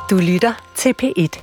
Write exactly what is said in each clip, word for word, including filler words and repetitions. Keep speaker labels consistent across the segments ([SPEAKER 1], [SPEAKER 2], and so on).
[SPEAKER 1] Du lytter til P et.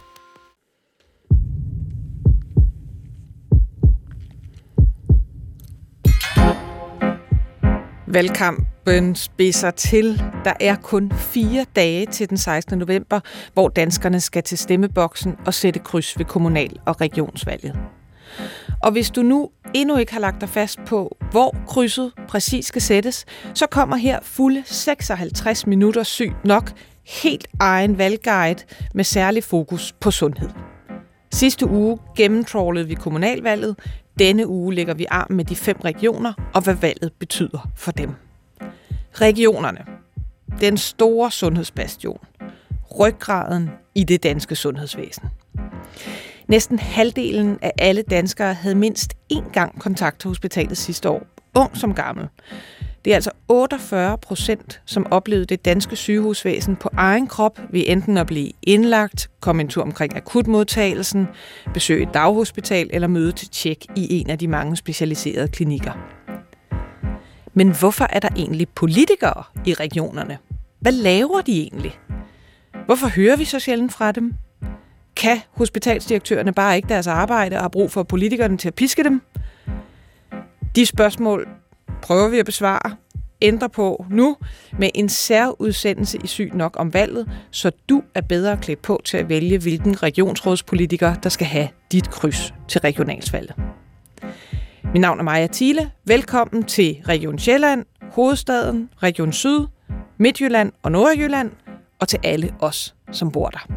[SPEAKER 2] Valgkampen spidser til. Der er kun fire dage til den sekstende november, hvor danskerne skal til stemmeboksen og sætte kryds ved kommunal- og regionsvalget. Og hvis du nu endnu ikke har lagt dig fast på, hvor krydset præcis skal sættes, så kommer her fulde seksoghalvtreds minutter sygt nok helt egen valgguide med særlig fokus på sundhed. Sidste uge gennemtrawlede vi kommunalvalget. Denne uge lægger vi arm med de fem regioner og hvad valget betyder for dem. Regionerne. Den store sundhedsbastion. Ryggraden i det danske sundhedsvæsen. Næsten halvdelen af alle danskere havde mindst én gang kontakt til hospitalet sidste år. Ung som gammel. Det er altså otteogfyrre procent, som oplevede det danske sygehusvæsen på egen krop ved enten at blive indlagt, komme en tur omkring akutmodtagelsen, besøge et daghospital eller møde til tjek i en af de mange specialiserede klinikker. Men hvorfor er der egentlig politikere i regionerne? Hvad laver de egentlig? Hvorfor hører vi så sjældent fra dem? Kan hospitalsdirektørerne bare ikke deres arbejde og har brug for politikerne til at piske dem? De spørgsmål prøver vi at besvare, ændre på nu med en særudsendelse i Sygt nok om valget, så du er bedre klædt på til at vælge, hvilken regionsrådspolitiker, der skal have dit kryds til regionalvalget. Mit navn er Maja Thiele. Velkommen til Region Sjælland, Hovedstaden, Region Syd, Midtjylland og Nordjylland, og til alle os, som bor der.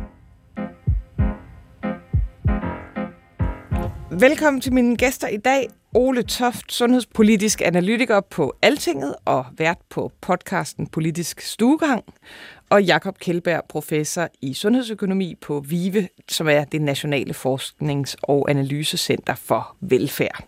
[SPEAKER 2] Velkommen til mine gæster i dag. Ole Toft, sundhedspolitisk analytiker på Altinget og vært på podcasten Politisk Stuegang, og Jakob Kjeldberg, professor i sundhedsøkonomi på VIVE, som er det nationale forsknings- og analysecenter for velfærd.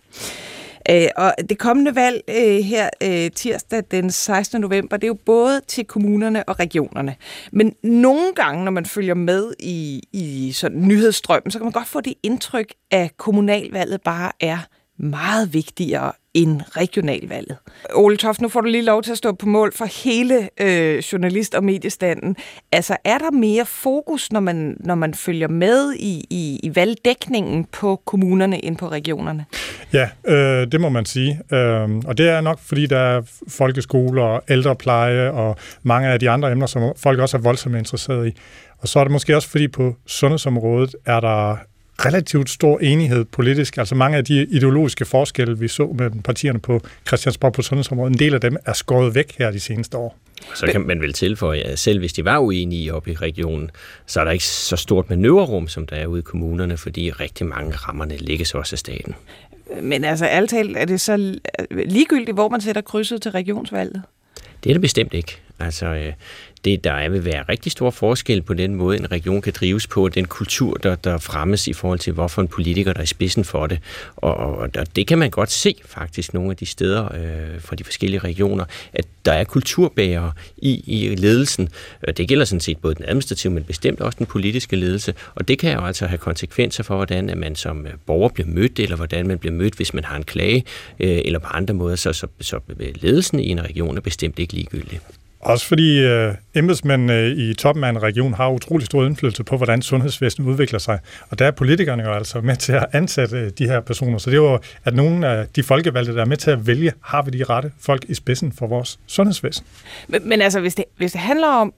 [SPEAKER 2] Og det kommende valg her tirsdag den sekstende november, det er jo både til kommunerne og regionerne. Men nogle gange, når man følger med i, i sådan nyhedsstrømmen, så kan man godt få det indtryk, at kommunalvalget bare er meget vigtigere end regionalvalget. Ole Toft, nu får du lige lov til at stå på mål for hele øh, journalist- og mediestanden. Altså, er der mere fokus, når man, når man følger med i, i, i valgdækningen på kommunerne end på regionerne?
[SPEAKER 3] Ja, øh, det må man sige. Øh, og det er nok, fordi der er folkeskoler og ældrepleje og mange af de andre emner, som folk også er voldsomt interesseret i. Og så er det måske også, fordi på sundhedsområdet er der relativt stor enighed politisk. Altså mange af de ideologiske forskelle, vi så mellem partierne på Christiansborg på sundhedsområdet, en del af dem er skåret væk her de seneste år.
[SPEAKER 4] Så kan man vel tilføje, at selv hvis de var uenige oppe i regionen, så er der ikke så stort manøvrerum, som der er ude i kommunerne, fordi rigtig mange rammerne lægges også af staten.
[SPEAKER 2] Men altså, ærligt talt, er det så ligegyldigt, hvor man sætter krydset til regionsvalget?
[SPEAKER 4] Det er det bestemt ikke. Altså, det, der vil være rigtig stor forskel på den måde, en region kan drives på, den kultur, der, der fremmes i forhold til, hvorfor en politiker, der er i spidsen for det. Og, og det kan man godt se faktisk nogle af de steder øh, fra de forskellige regioner, at der er kulturbærere i, i ledelsen. Det gælder sådan set både den administrative, men bestemt også den politiske ledelse. Og det kan jo altså have konsekvenser for, hvordan at man som borger bliver mødt, eller hvordan man bliver mødt, hvis man har en klage, øh, eller på andre måder. Så, så, så ledelsen i en region er bestemt ikke ligegyldig.
[SPEAKER 3] Også fordi øh, embedsmændene i toppen af en region har utrolig stor indflydelse på, hvordan sundhedsvæsenet udvikler sig. Og der er politikerne jo altså med til at ansætte de her personer. Så det er jo, at nogle af de folkevalgte, der er med til at vælge, har vi de rette folk i spidsen for vores sundhedsvæsen.
[SPEAKER 2] Men, men altså, hvis det, hvis det handler om,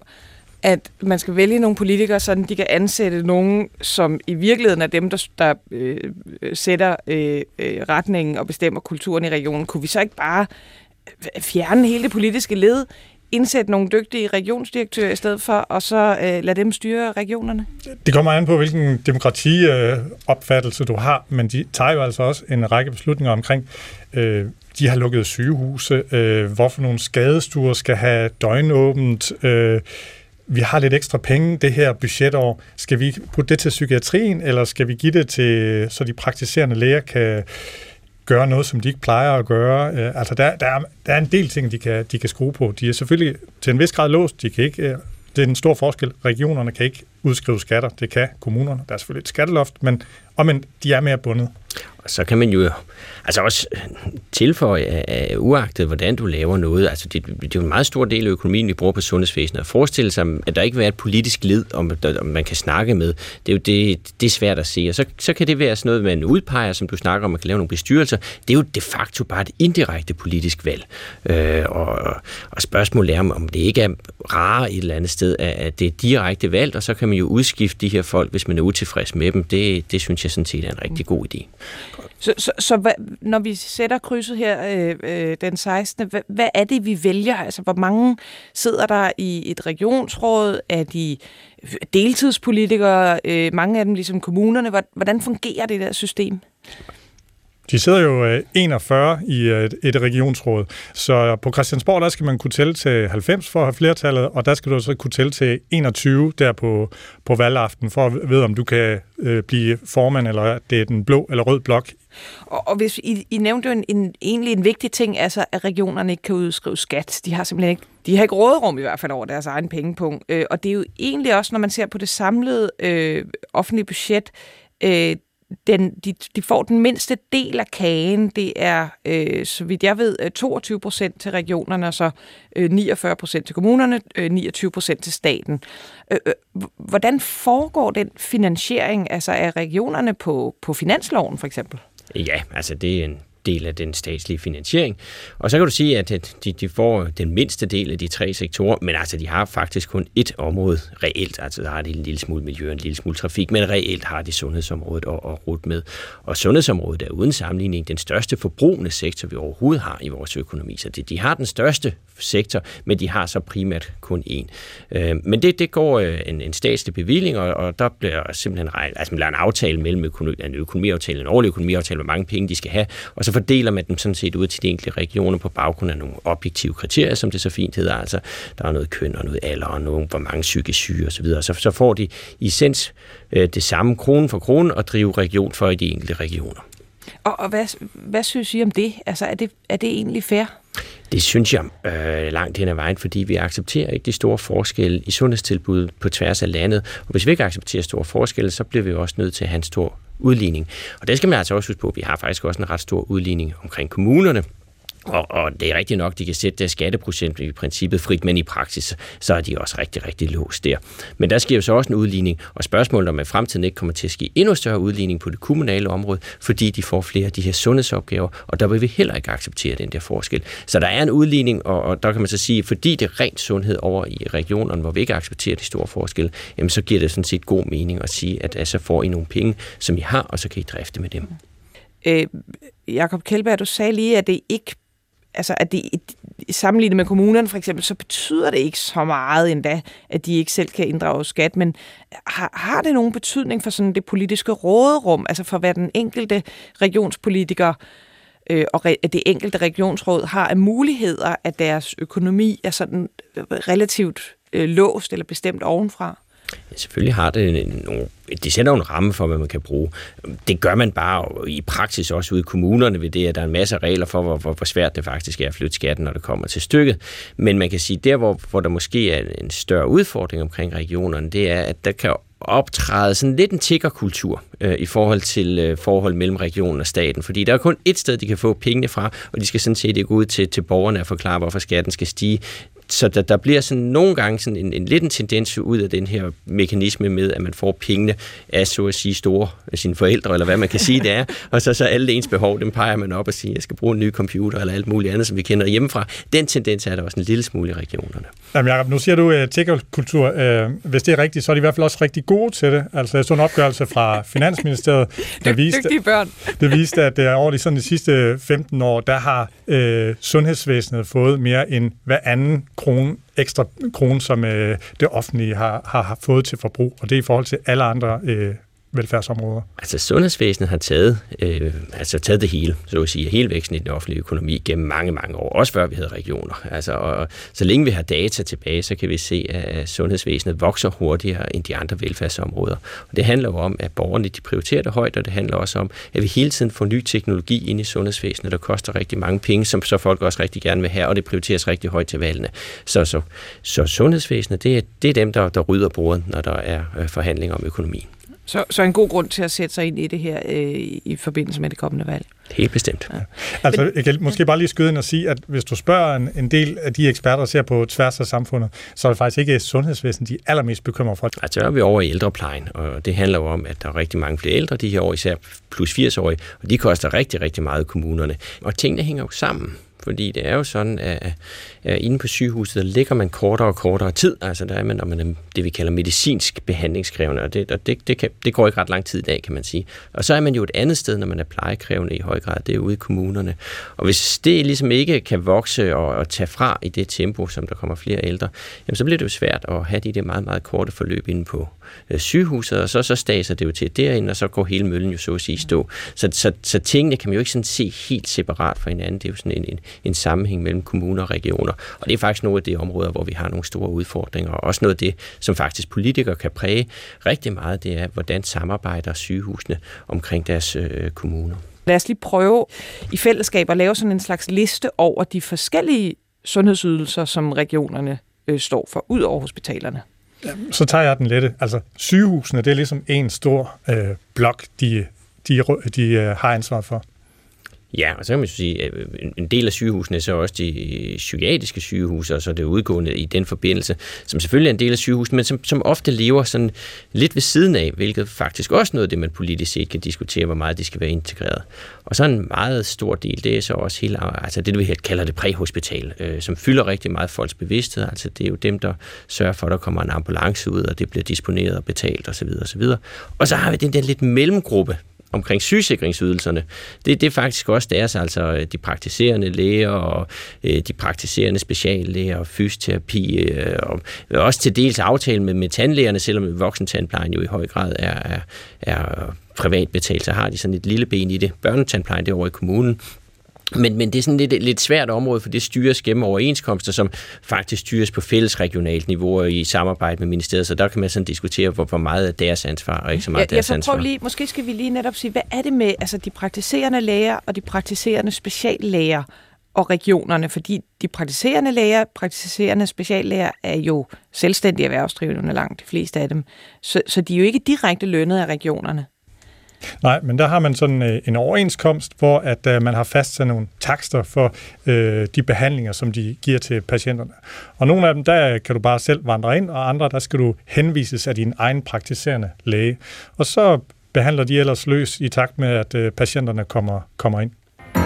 [SPEAKER 2] at man skal vælge nogle politikere, så de kan ansætte nogen, som i virkeligheden er dem, der, der øh, sætter øh, retningen og bestemmer kulturen i regionen, kunne vi så ikke bare fjerne hele det politiske led, indsætte nogle dygtige regionsdirektører i stedet for, og så øh, lade dem styre regionerne? Det
[SPEAKER 3] kommer an på, hvilken demokratiopfattelse du har, men de tager jo altså også en række beslutninger omkring, øh, de har lukket sygehuse, øh, hvorfor nogle skadestuer skal have døgnåbent, øh, vi har lidt ekstra penge det her budgetår, skal vi putte det til psykiatrien, eller skal vi give det til, så de praktiserende læger kan gøre noget, som de ikke plejer at gøre. Altså, der, der, er, der er en del ting, de kan, de kan skrue på. De er selvfølgelig til en vis grad låst. De kan ikke, det er en stor forskel. Regionerne kan ikke udskrive skatter. Det kan kommunerne. Der er selvfølgelig et skatteloft, men Og men de er mere bundet.
[SPEAKER 4] Og så kan man jo altså også tilføje, at uagtet hvordan du laver noget, altså det, det er jo en meget stor del af økonomien, vi bruger på sundhedsvæsenet. At forestille sig, at der ikke vil være et politisk led, om, om man kan snakke med, det er jo det, det er svært at se. Og så, så kan det være sådan noget, man udpeger, som du snakker om, man kan lave nogle bestyrelser. Det er jo de facto bare et indirekte politisk valg. Øh, og, og spørgsmålet er, om det ikke er rare et eller andet sted, at det er direkte valgt, og så kan man jo udskifte de her folk, hvis man er utilfreds med dem. Det, det synes jeg sådan set er en rigtig god idé.
[SPEAKER 2] Så, så, så hvad, når vi sætter krydset her øh, øh, den sekstende Hvad, hvad er det, vi vælger? Altså, hvor mange sidder der i et regionsråd? Er de deltidspolitikere? Øh, mange af dem ligesom kommunerne. Hvordan fungerer det der system?
[SPEAKER 3] De sidder jo enogfyrre i et, et regionsråd, så på Christiansborg, der skal man kunne tælle til halvfems for at have flertallet, og der skal du så kunne tælle til enogtyve der på, på valgaften, for at vide, om du kan øh, blive formand, eller det er den blå eller rød blok.
[SPEAKER 2] Og, og hvis I, I nævnte jo en, en, egentlig en vigtig ting, altså at regionerne ikke kan udskrive skat. De har simpelthen ikke, de har ikke råderum i hvert fald over deres egen pengepunkt. Øh, og det er jo egentlig også, når man ser på det samlede øh, offentlige budget, øh, Den, de, de får den mindste del af kagen. Det er, øh, så vidt jeg ved, toogtyve procent til regionerne, og så øh, niogfyrre procent til kommunerne, øh, niogtyve procent til staten. Øh, øh, hvordan foregår den finansiering altså af regionerne på, på finansloven, for eksempel?
[SPEAKER 4] Ja, altså det er en del af den statslige finansiering. Og så kan du sige, at de, de får den mindste del af de tre sektorer, men altså de har faktisk kun ét område reelt. Altså der har de en lille smule miljø, en lille smule trafik, men reelt har de sundhedsområdet at, at rute med. Og sundhedsområdet er uden sammenligning den største forbrugende sektor, vi overhovedet har i vores økonomi. Så de, de har den største sektor, men de har så primært kun én. Øh, men det, det går en, en statslig bevilling, og, og der bliver simpelthen regnet, altså man lader en aftale mellem økonomi, en økonomiaftale, en årlig økonomiaftale, hvor mange penge de skal have, og så fordeler man dem sådan set ud til de enkelte regioner på baggrund af nogle objektive kriterier, som det så fint hedder. Altså, der er noget køn og noget alder og noget, hvor mange psykisk syge osv. Så, så, så får de i essens øh, det samme krone for krone og drive region for i de enkelte regioner.
[SPEAKER 2] Og, og hvad, hvad synes I om det? Altså, er det, er det egentlig fair?
[SPEAKER 4] Det synes jeg øh, langt hen ad vejen, fordi vi accepterer ikke de store forskelle i sundhedstilbud på tværs af landet. Og hvis vi ikke accepterer store forskelle, så bliver vi også nødt til at have en stor udligning. Og det skal man altså også huske på, at vi har faktisk også en ret stor udligning omkring kommunerne. Og, og det er rigtigt nok, de kan sætte deres skatteprocent i princippet frit, men i praksis, så er de også rigtig, rigtig låst der. Men der sker jo så også en udligning, og spørgsmålet om, at i fremtiden ikke kommer til at ske endnu større udligning på det kommunale område, fordi de får flere af de her sundhedsopgaver, og der vil vi heller ikke acceptere den der forskel. Så der er en udligning, og, og der kan man så sige, fordi det er rent sundhed over i regionerne, hvor vi ikke accepterer de store forskelle, jamen så giver det sådan set god mening at sige, at, at så får I nogle penge, som I har, og så kan I drifte med dem.
[SPEAKER 2] Øh, Jakob Kjeldberg, du sagde lige, at det ikke Altså, at det, sammenlignet med kommunerne for eksempel, så betyder det ikke så meget endda, at de ikke selv kan inddrage skat, men har, har det nogen betydning for sådan det politiske råderum, altså for hvad den enkelte regionspolitiker øh, og re, det enkelte regionsråd har af muligheder, at deres økonomi er sådan relativt øh, låst eller bestemt ovenfra?
[SPEAKER 4] Ja, selvfølgelig har det nogle, de sætter en ramme for, hvad man kan bruge. Det gør man bare i praksis også ude i kommunerne ved det, at der er en masse regler for, hvor, hvor svært det faktisk er at flytte skatten, når det kommer til stykket. Men man kan sige, der hvor, hvor der måske er en større udfordring omkring regionerne, det er, at der kan optræde sådan lidt en tiggerkultur øh, i forhold til øh, forhold mellem regionen og staten. Fordi der er kun ét sted, de kan få pengene fra, og de skal sådan set ikke ud til, til borgerne og forklare, hvorfor skatten skal stige. Så der, der bliver sådan nogle gange sådan en, en lidt en tendens ud af den her mekanisme med, at man får pengene af, så at sige, store af sine forældre, eller hvad man kan sige, det er. Og så, så alle ens behov, dem peger man op og siger, jeg skal bruge en ny computer, eller alt muligt andet, som vi kender hjemmefra. Den tendens er der også en lille smule i regionerne.
[SPEAKER 3] Jamen Jacob, nu siger du uh, tiggerkultur. Uh, hvis det er rigtigt, så er de i hvert fald også rigtig gode til det. Altså, jeg så en opgørelse fra Finansministeriet, der viste, det viste, at uh, over de, sådan, de sidste femten år, der har uh, sundhedsvæsenet fået mere end hver anden krone, ekstra krone, som øh, det offentlige har, har, har fået til forbrug, og det er i forhold til alle andre øh, velfærdsområder.
[SPEAKER 4] Altså sundhedsvæsenet har taget, øh, altså taget det hele, så at sige, hele væksten i den offentlige økonomi gennem mange, mange år, også før vi havde regioner. Altså, og så længe vi har data tilbage, så kan vi se, at sundhedsvæsenet vokser hurtigere end de andre velfærdsområder. Og det handler jo om, at borgerne de prioriterer det højt, og det handler også om, at vi hele tiden får ny teknologi ind i sundhedsvæsenet, der koster rigtig mange penge, som så folk også rigtig gerne vil have, og det prioriteres rigtig højt til valgene. Så, så, så sundhedsvæsenet, det er, det er dem, der, der rydder bordet, når der er øh, forhandlinger om økonomien.
[SPEAKER 2] Så, så en god grund til at sætte sig ind i det her øh, i forbindelse med det kommende valg.
[SPEAKER 4] Helt bestemt.
[SPEAKER 3] Ja. Altså, jeg kan måske bare lige skyde ind og sige, at hvis du spørger en, en del af de eksperter, der ser på tværs af samfundet, så er det faktisk ikke sundhedsvæsenet, de er allermest bekymrede for.
[SPEAKER 4] Altså, er vi over i ældreplejen, og det handler jo om, at der er rigtig mange flere ældre de her år, især plus firs-årige, og de koster rigtig, rigtig meget i kommunerne. Og tingene hænger jo sammen. Fordi det er jo sådan, at, at inde på sygehuset, der ligger man kortere og kortere tid. Altså der er man, når man er det, vi kalder medicinsk behandlingskrævende, og det, og det, det, kan, det går ikke ret lang tid i dag, kan man sige. Og så er man jo et andet sted, når man er plejekrævende i høj grad, det er ude i kommunerne. Og hvis det ligesom ikke kan vokse og, og tage fra i det tempo, som der kommer flere ældre, jamen så bliver det jo svært at have de der meget, meget korte forløb inde på øh, sygehuset, og så, så staser det jo til derinde, og så går hele møllen jo så at sige stå. Så, så, så tingene kan man jo ikke sådan se helt separat fra hinanden. Det er jo sådan en, en en sammenhæng mellem kommuner og regioner. Og det er faktisk nogle af de områder, hvor vi har nogle store udfordringer, og også noget af det, som faktisk politikere kan præge rigtig meget, det er, hvordan samarbejder sygehusene omkring deres øh, kommuner.
[SPEAKER 2] Lad os lige prøve i fællesskab at lave sådan en slags liste over de forskellige sundhedsydelser, som regionerne øh, står for, ud over hospitalerne.
[SPEAKER 3] Så tager jeg den lette. Altså sygehusene, det er ligesom en stor øh, blok, de, de, de øh, har ansvar for.
[SPEAKER 4] Ja, og så kan man sige, at en del af sygehusene er så også de psykiatriske sygehuse, og så er det udgående i den forbindelse, som selvfølgelig er en del af sygehusene, men som, som ofte lever sådan lidt ved siden af, hvilket faktisk også noget af det, man politisk set kan diskutere, hvor meget de skal være integreret. Og så en meget stor del, det er så også hele, altså det, vi helt kalder det præhospital, øh, som fylder rigtig meget folks bevidsthed. Altså det er jo dem, der sørger for, at der kommer en ambulance ud, og det bliver disponeret og betalt osv. osv. Og så har vi den der lidt mellemgruppe, omkring sygesikringsydelserne. Det, det er faktisk også deres, altså de praktiserende læger og øh, de praktiserende speciallæger og fysioterapi, øh, og også til dels aftale med, med tandlægerne, selvom voksentandplejen jo i høj grad er, er, er privat betalt, så har de sådan et lille ben i det. Børnetandplejen, det er over i kommunen. Men, men det er sådan lidt, lidt svært område, for det styres gennem overenskomster, som faktisk styres på fælles regionalt niveau i samarbejde med ministeriet, så der kan man sådan diskutere, hvor, hvor meget er deres ansvar, og ikke så meget ja, deres ansvar.
[SPEAKER 2] Prøv lige, måske skal vi lige netop sige, hvad er det med altså de praktiserende læger og de praktiserende speciallæger og regionerne, fordi de praktiserende læger, praktiserende speciallæger er jo selvstændige erhvervsdrivende langt de fleste af dem, så, så de er jo ikke direkte lønnet af regionerne.
[SPEAKER 3] Nej, men der har man sådan øh, en overenskomst, hvor at øh, man har fastsat nogle takster for øh, de behandlinger, som de giver til patienterne. Og nogle af dem, der kan du bare selv vandre ind, og andre, der skal du henvises af din egen praktiserende læge. Og så behandler de ellers løs i takt med, at øh, patienterne kommer, kommer ind.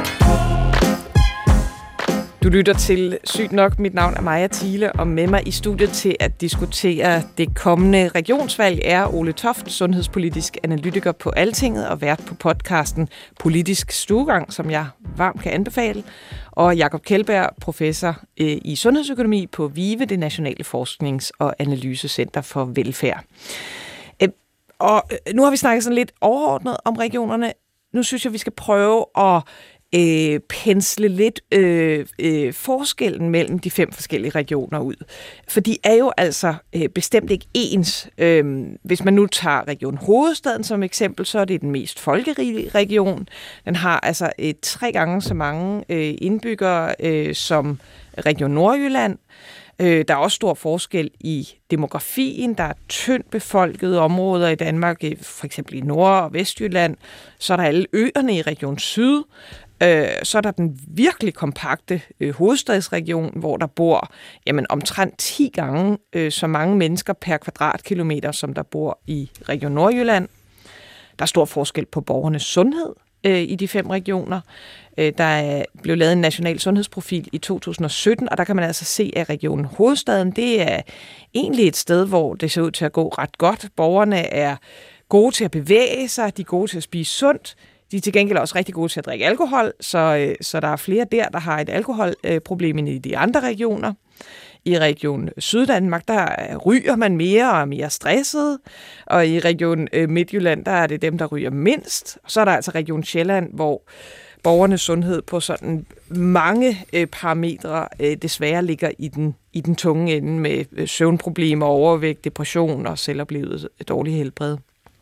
[SPEAKER 2] Du lytter til Sygt nok. Mit navn er Maja Thiele, og med mig i studiet til at diskutere det kommende regionsvalg er Ole Toft, sundhedspolitisk analytiker på Altinget og vært på podcasten Politisk Stuegang, som jeg varmt kan anbefale, og Jakob Kjeldberg, professor i sundhedsøkonomi på VIVE, det Nationale Forsknings- og Analysecenter for Velfærd. Og nu har vi snakket sådan lidt overordnet om regionerne. Nu synes jeg, vi skal prøve at Øh, pensle lidt øh, øh, forskellen mellem de fem forskellige regioner ud. For de er jo altså øh, bestemt ikke ens. Øh, hvis man nu tager Region Hovedstaden som eksempel, så er det den mest folkerige region. Den har altså øh, tre gange så mange øh, indbyggere øh, som Region Nordjylland. Øh, der er også stor forskel i demografien. Der er tyndt befolkede områder i Danmark, for eksempel i Nord- og Vestjylland. Så er der alle øerne i Region Syd. Så er der den virkelig kompakte øh, hovedstadsregion, hvor der bor jamen, omtrent ti gange øh, så mange mennesker per kvadratkilometer, som der bor i Region Nordjylland. Der er stor forskel på borgernes sundhed øh, i de fem regioner. Øh, der er blevet lavet en national sundhedsprofil i to tusind og sytten, og der kan man altså se, at Region Hovedstaden, det er egentlig et sted, hvor det ser ud til at gå ret godt. Borgerne er gode til at bevæge sig, de er gode til at spise sundt. De er til gengæld også rigtig gode til at drikke alkohol, så, så der er flere der, der har et alkoholproblem end i de andre regioner. I Region Syddanmark, der ryger man mere og er mere stresset, og i Region Midtjylland, der er det dem, der ryger mindst. Så er der altså Region Sjælland, hvor borgernes sundhed på sådan mange parametre desværre ligger i den, i den tunge ende med søvnproblemer, overvægt, depression og selvoplevet dårlig helbred.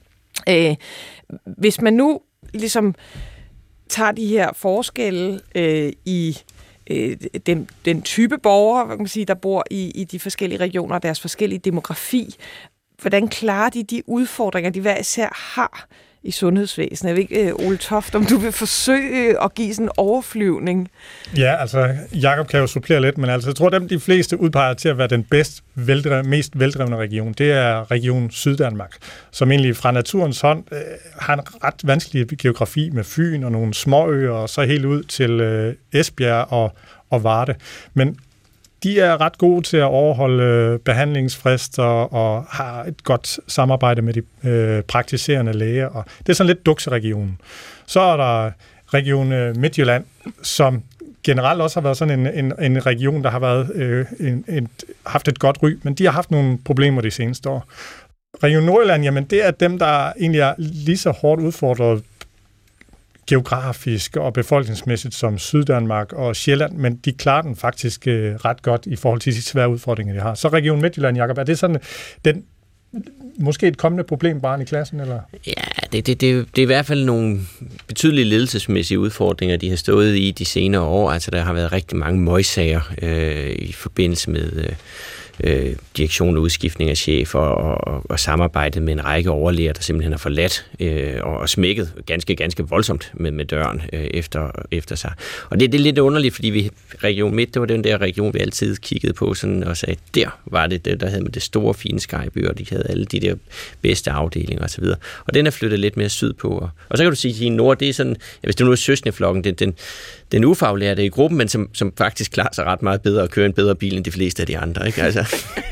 [SPEAKER 2] Hvis man nu ligesom tager de her forskelle øh, i øh, den, den type borgere, hvad kan man sige, der bor i, i de forskellige regioner og deres forskellige demografi. hvordan klarer de de udfordringer, de hver især har i sundhedsvæsenet? Jeg ved ikke, Ole Toft, om du vil forsøge at give sådan en overflyvning?
[SPEAKER 3] Ja, altså, Jakob kan jo supplere lidt, men altså, jeg tror, at dem de fleste udpeger til at være den bedst veldrev, mest veldrevne region, det er Region Syddanmark, som egentlig fra naturens hånd øh, har en ret vanskelig geografi med Fyn og nogle småøer, og så helt ud til øh, Esbjerg og, og Varde. Men de er ret gode til at overholde behandlingsfrister og har et godt samarbejde med de øh, praktiserende læger. Og det er sådan lidt dukseregionen. Så er der Region Midtjylland, som generelt også har været sådan en, en, en region, der har været, øh, en, en, haft et godt ry, men de har haft nogle problemer de seneste år. Region Nordjylland, jamen det er dem, der egentlig er lige så hårdt udfordret geografisk og befolkningsmæssigt som Syddanmark og Sjælland, men de klarer den faktisk øh, ret godt i forhold til de svære udfordringer, de har. Så Region Midtjylland, Jakob, er det sådan den, måske et kommende problembarn i klassen, eller?
[SPEAKER 4] Ja, det, det, det, det er i hvert fald nogle betydelige ledelsesmæssige udfordringer, de har stået i de senere år. Altså, der har været rigtig mange møgsager øh, i forbindelse med øh, øh, direktion og udskiftning af chefer og, og, og samarbejdet med en række overlæger, der simpelthen har forladt øh, og, og smækket ganske, ganske voldsomt med, med døren øh, efter, efter sig. Og det, det er lidt underligt, fordi vi, Region Midt, det var den der region, vi altid kiggede på sådan, og sagde, der var det, der havde med det store, fine Skejby, og de havde alle de der bedste afdelinger osv. Og, og den er flyttet lidt mere sydpå. Og, og så kan du sige, at i Nord, det er sådan, ja, hvis det nu er søskendeflokken, den, den, den ufaglærte i gruppen, men som, som faktisk klarer sig ret meget bedre og kører en bedre bil end de fleste af de andre, ikke? Altså.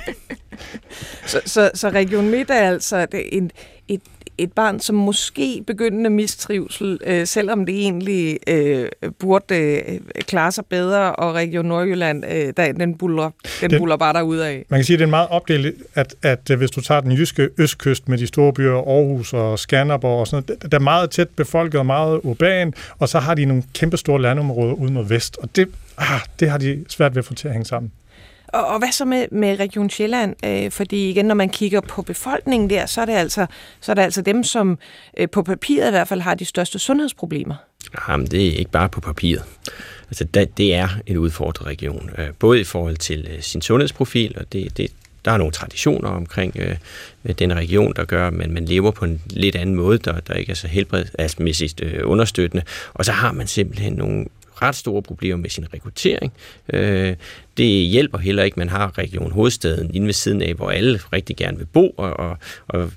[SPEAKER 2] så, så, så Region Midt er altså en, et, et barn, som måske begyndende mistrivsel, øh, selvom det egentlig øh, burde øh, klare sig bedre, og Region Nordjylland, øh, der, den buller, den den, buller bare derudad.
[SPEAKER 3] Man kan sige, at det er meget opdelt, at, at hvis du tager den jyske østkyst med de store byer, Aarhus og Skanderborg og sådan noget, der er meget tæt befolket og meget urban, og så har de nogle kæmpe store landområder ude mod vest, og det, ah, det har de svært ved at få til at hænge sammen.
[SPEAKER 2] Og, og hvad så med, med Region Sjælland? Øh, fordi igen, når man kigger på befolkningen der, så er det altså, så er det altså dem, som øh, på papiret i hvert fald har de største sundhedsproblemer.
[SPEAKER 4] Jamen, det er ikke bare på papiret. Altså, det er en udfordret region. Øh, både i forhold til øh, sin sundhedsprofil, og det, det, der er nogle traditioner omkring øh, den region, der gør, at man, man lever på en lidt anden måde, der, der ikke er så helbredsmæssigt øh, understøttende. Og så har man simpelthen nogle ret store problemer med sin rekruttering. Øh, det hjælper heller ikke, man har Region Hovedstaden inde ved siden af, hvor alle rigtig gerne vil bo, og, og, og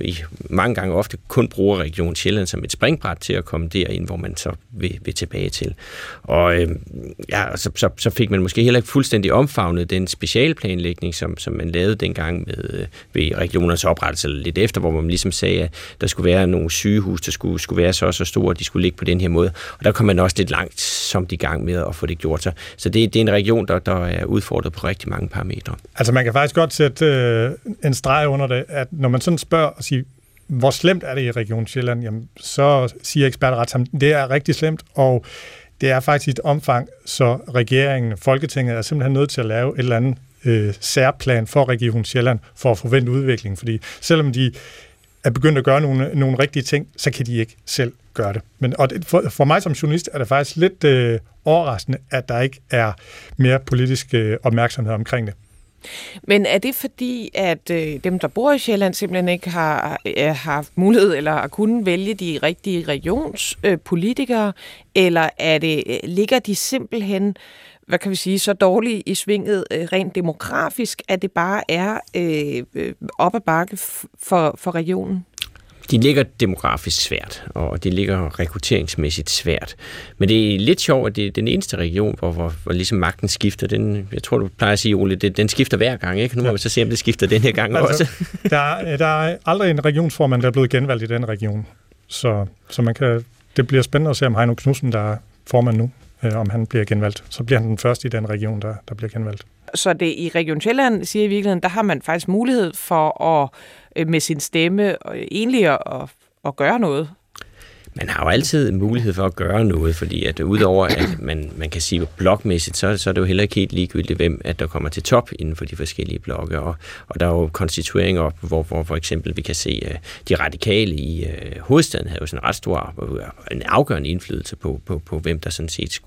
[SPEAKER 4] mange gange ofte kun bruger Region Sjælland som et springbræt til at komme derind, hvor man så vil, vil tilbage til. Og øh, ja, så, så, så fik man måske heller ikke fuldstændig omfavnet den specialplanlægning, som, som man lavede dengang med, ved regionernes oprettelse lidt efter, hvor man ligesom sagde, at der skulle være nogle sygehus, der skulle, skulle være så og så store, og de skulle ligge på den her måde. Og der kom man også lidt langt som de gang med at få det gjort. Så, så det, det er en region, der, der er udfordret på rigtig mange parametre. Altså
[SPEAKER 3] man kan faktisk godt sætte øh, en streg under det, at når man sådan spørger og siger, hvor slemt er det i Region Sjælland, jamen, så siger eksperter ret sammen, det er rigtig slemt, og det er faktisk et omfang, så regeringen, Folketinget er simpelthen nødt til at lave et eller andet øh, særplan for Region Sjælland for at forvente udvikling, fordi selvom de er begyndt at gøre nogle, nogle rigtige ting, så kan de ikke selv gøre det. Men, og det, for, for mig som journalist er det faktisk lidt øh, overraskende, at der ikke er mere politisk øh, opmærksomhed omkring det.
[SPEAKER 2] Men er det fordi, at øh, dem, der bor i Sjælland, simpelthen ikke har, øh, har haft mulighed eller har kunnet vælge de rigtige regionspolitikere, øh, eller er det, øh, ligger de simpelthen, hvad kan vi sige, så dårligt i svinget øh, rent demografisk, at det bare er øh, øh, op ad bakke for, for regionen?
[SPEAKER 4] De ligger demografisk svært, og de ligger rekrutteringsmæssigt svært. Men det er lidt sjovt, at det er den eneste region, hvor, hvor, hvor ligesom magten skifter. Den, jeg tror, du plejer at sige, Ole, det, den skifter hver gang, ikke? Nu må ja. vi så se, om det skifter den her gang altså, også.
[SPEAKER 3] der, er, der er aldrig en regionsformand, der er blevet genvalgt i den region. Så, så man kan, det bliver spændende at se, om Heino Knudsen, der er formand nu, øh, om han bliver genvalgt. Så bliver han den første i den region, der, der bliver genvalgt.
[SPEAKER 2] Så det i Region Sjælland, siger i virkeligheden, der har man faktisk mulighed for at med sin stemme egentlig at, at gøre noget.
[SPEAKER 4] Man har jo altid mulighed for at gøre noget, fordi at udover at man, man kan sige blokmæssigt, så, så er det jo heller ikke helt ligegyldigt, hvem at der kommer til top inden for de forskellige blokke. Og, og der er jo konstitueringer op, hvor, hvor for eksempel vi kan se, at de radikale i uh, hovedstaden havde jo sådan en ret stor, en afgørende indflydelse på, på, på hvem der sådan set skulle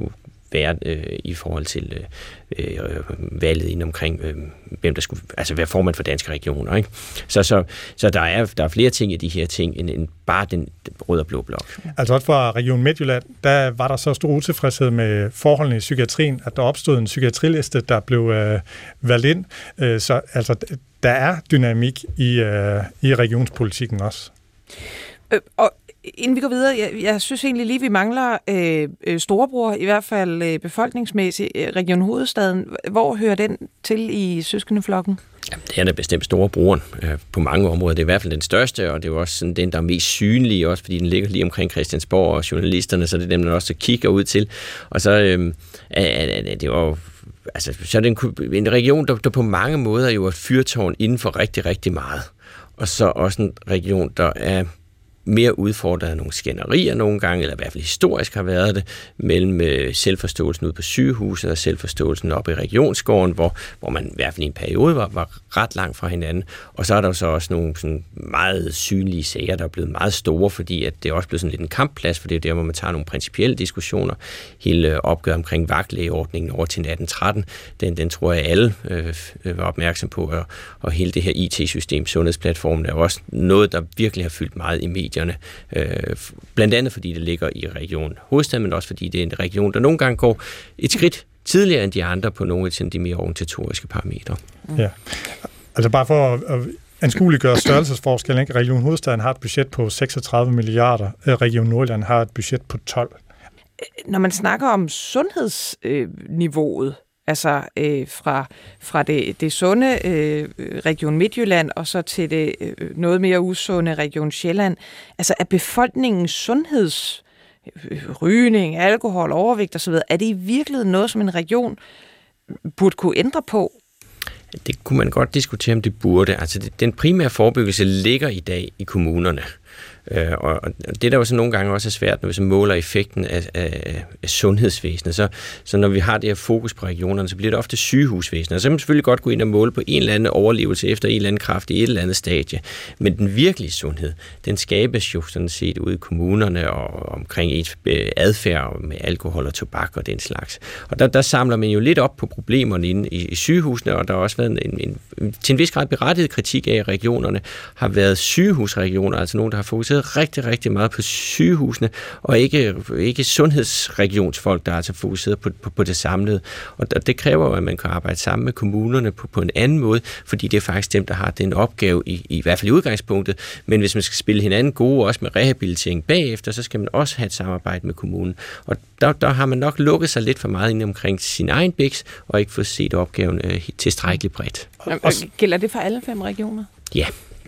[SPEAKER 4] være øh, i forhold til øh, øh, valget ind omkring, øh, hvem der skulle altså være formand for Danske Regioner. Ikke? Så, så, så der, er, der er flere ting i de her ting, end, end bare den, den røde og blå blok.
[SPEAKER 3] Altså også fra Region Midtjylland, der var der så stor utilfredshed med forholdene i psykiatrien, at der opstod en psykiatriliste, der blev øh, valgt ind. Øh, så altså, der er dynamik i, øh, i regionspolitikken også.
[SPEAKER 2] Øh, og inden vi går videre, jeg, jeg synes egentlig lige, vi mangler øh, storebror, i hvert fald øh, befolkningsmæssigt, øh, Region Hovedstaden. Hvor hører den til i søskendeflokken?
[SPEAKER 4] Jamen, det er da bestemt storebroren øh, på mange områder. Det er i hvert fald den største, og det er jo også sådan, den, der er mest synlige, også fordi den ligger lige omkring Christiansborg og journalisterne, så det er dem, der også kigger ud til. Og så øh, er det jo altså, så er det en, en region, der, der på mange måder jo er et fyrtårn inden for rigtig, rigtig meget. Og så også en region, der er mere udfordret af nogle skænderier nogle gange, eller i hvert fald historisk har været det, mellem selvforståelsen ude på sygehuset og selvforståelsen oppe i regionsgården, hvor, hvor man i hvert fald i en periode var, var ret langt fra hinanden. Og så er der jo så også nogle sådan meget synlige sager, der er blevet meget store, fordi at det er også blevet sådan lidt en kampplads, for det er der, hvor man tager nogle principielle diskussioner. Hele opgøret omkring vagtlægeordningen over til atten tretten, den, den tror jeg alle øh, var opmærksom på, og, og hele det her I T-system, sundhedsplatformen, er også noget, der virkelig har fyldt meget i medierne. Øh, blandt andet fordi det ligger i Region Hovedstaden, men også fordi det er en region, der nogle gange går et skridt tidligere end de andre på nogle af de mere organisatoriske parametre.
[SPEAKER 3] Mm. Ja, altså bare for at anskueliggøre størrelsesforskellen, ikke? Region Hovedstaden har et budget på seksogtredive milliarder, Region Nordjylland har et budget på tolv.
[SPEAKER 2] Når man snakker om sundhedsniveauet, altså øh, fra, fra det, det sunde øh, Region Midtjylland og så til det øh, noget mere usunde Region Sjælland. Altså er befolkningens sundheds, øh, rygning, alkohol, overvægt osv., er det i virkeligheden noget, som en region burde kunne ændre på?
[SPEAKER 4] Det kunne man godt diskutere, om det burde. Altså det, den primære forebyggelse ligger i dag i kommunerne. Øh, og, og det, der jo så nogle gange også er svært, når vi så måler effekten af, af, af sundhedsvæsenet, så, så når vi har det her fokus på regionerne, så bliver det ofte sygehusvæsenet. Og så kan man selvfølgelig godt gå ind og måle på en eller anden overlevelse efter en eller anden kraft i et eller andet stadie. Men den virkelige sundhed, den skabes jo sådan set ude i kommunerne og omkring et adfærd med alkohol og tobak og den slags. Og der, der samler man jo lidt op på problemerne inde i, i sygehusene, og der har også været en, en, en til en vis grad berettiget kritik af, at regionerne har været sygehusregioner, altså nogen, der har fokuseret rigtig, rigtig meget på sygehusene, og ikke, ikke sundhedsregionsfolk, der er altså fokuseret på, på, på det samlede. Og det kræver jo, at man kan arbejde sammen med kommunerne på, på en anden måde, fordi det er faktisk dem, der har den opgave, i, i hvert fald i udgangspunktet. Men hvis man skal spille hinanden gode, også med rehabilitering bagefter, så skal man også have et samarbejde med kommunen. Og der, der har man nok lukket sig lidt for meget ind omkring sin egen biks, og ikke fået set opgaven øh, tilstrækkeligt bredt.
[SPEAKER 2] Gælder det for alle fem regioner?
[SPEAKER 4] Ja.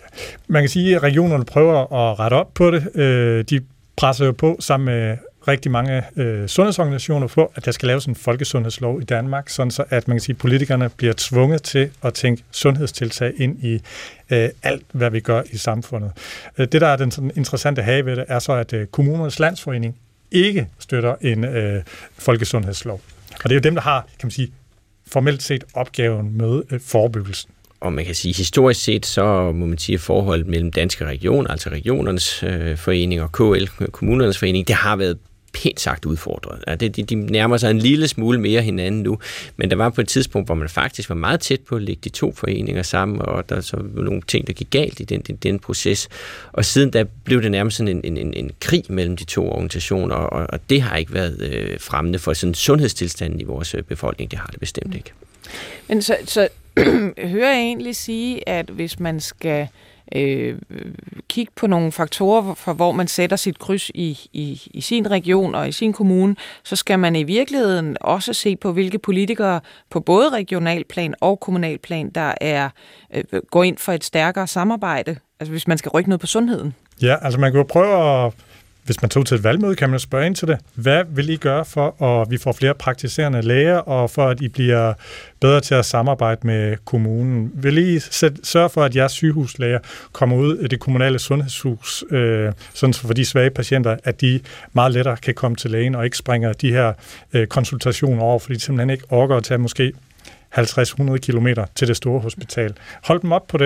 [SPEAKER 3] Man kan sige, at regionerne prøver at rette op på det. De presser jo på sammen med rigtig mange øh, sundhedsorganisationer på, at der skal laves en folkesundhedslov i Danmark, sådan så at man kan sige, at politikerne bliver tvunget til at tænke sundhedstiltag ind i øh, alt, hvad vi gør i samfundet. Det, der er den sådan interessante have ved det, er så, at øh, Kommunernes Landsforening ikke støtter en øh, folkesundhedslov. Og det er jo dem, der har, kan man sige, formelt set opgaven med øh, forebyggelsen.
[SPEAKER 4] Og man kan sige, historisk set, så må man sige, at forholdet mellem danske regioner, altså regionernes øh, forening og K L, kommunernes forening, det har været pænt sagt udfordret. Ja, det, de, de nærmer sig en lille smule mere hinanden nu, men der var på et tidspunkt, hvor man faktisk var meget tæt på at lægge de to foreninger sammen, og der så var nogle ting, der gik galt i den, den, den proces. Og siden da blev det nærmest sådan en, en, en krig mellem de to organisationer, og, og det har ikke været øh, fremmende for sådan sundhedstilstanden i vores befolkning. Det har det bestemt ikke.
[SPEAKER 2] Men så, så hører jeg egentlig sige, at hvis man skal øh, kigge på nogle faktorer, for hvor man sætter sit kryds i, i, i sin region og i sin kommune, så skal man i virkeligheden også se på, hvilke politikere på både regionalplan og kommunalplan, der er øh, går ind for et stærkere samarbejde, altså hvis man skal rykke noget på sundheden.
[SPEAKER 3] Ja, altså man kan jo prøve at, hvis man tog til et valgmøde, kan man spørge ind til det. Hvad vil I gøre for, at vi får flere praktiserende læger, og for at I bliver bedre til at samarbejde med kommunen? Vil I sørge for, at jeres sygehuslæger kommer ud i det kommunale sundhedshus, øh, sådan for de svage patienter, at de meget lettere kan komme til lægen, og ikke springer de her øh, konsultationer over, fordi de simpelthen ikke orker at tage måske halvtreds til hundrede kilometer til det store hospital. Hold dem op på det.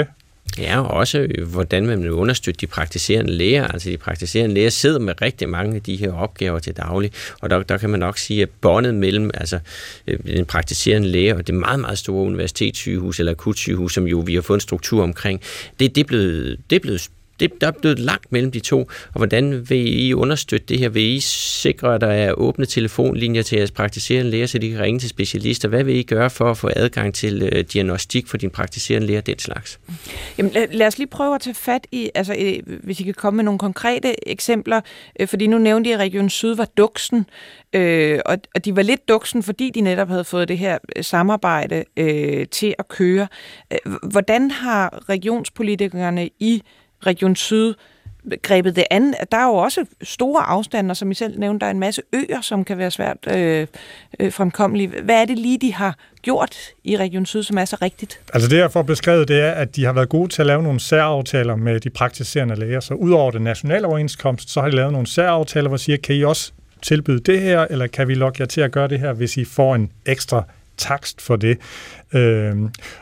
[SPEAKER 4] Ja, og også hvordan man vil understøtte de praktiserende læger. Altså de praktiserende læger sidder med rigtig mange af de her opgaver til daglig, og der, der kan man nok sige, at båndet mellem altså, den praktiserende læge og det meget, meget store universitetssygehus eller akutsygehus, som jo vi har fået en struktur omkring, det, det er blevet, det er blevet Det, der er blevet langt mellem de to, og hvordan vil I understøtte det her? Vil I sikre, at der er åbne telefonlinjer til jeres praktiserende læger, så de kan ringe til specialister? Hvad vil I gøre for at få adgang til uh, diagnostik for din praktiserende læger, den slags?
[SPEAKER 2] Jamen, lad, lad os lige prøve at tage fat i, altså øh, hvis I kan komme med nogle konkrete eksempler, øh, fordi nu nævnte I, at Region Syd var duksen, øh, og, og de var lidt duksen, fordi de netop havde fået det her samarbejde øh, til at køre. Hvordan har regionspolitikerne i Region Syd grebet det an? Der er jo også store afstande, som I selv nævnte, der er en masse øer, som kan være svært øh, øh, fremkommelige. Hvad er det lige, de har gjort i Region Syd, som er så rigtigt?
[SPEAKER 3] Altså det, jeg får beskrevet, det er, at de har været gode til at lave nogle særaftaler med de praktiserende læger. Så udover den nationale overenskomst, så har de lavet nogle særaftaler, hvor de siger, kan I også tilbyde det her, eller kan vi lokke jer til at gøre det her, hvis I får en ekstra takst for det? Øh,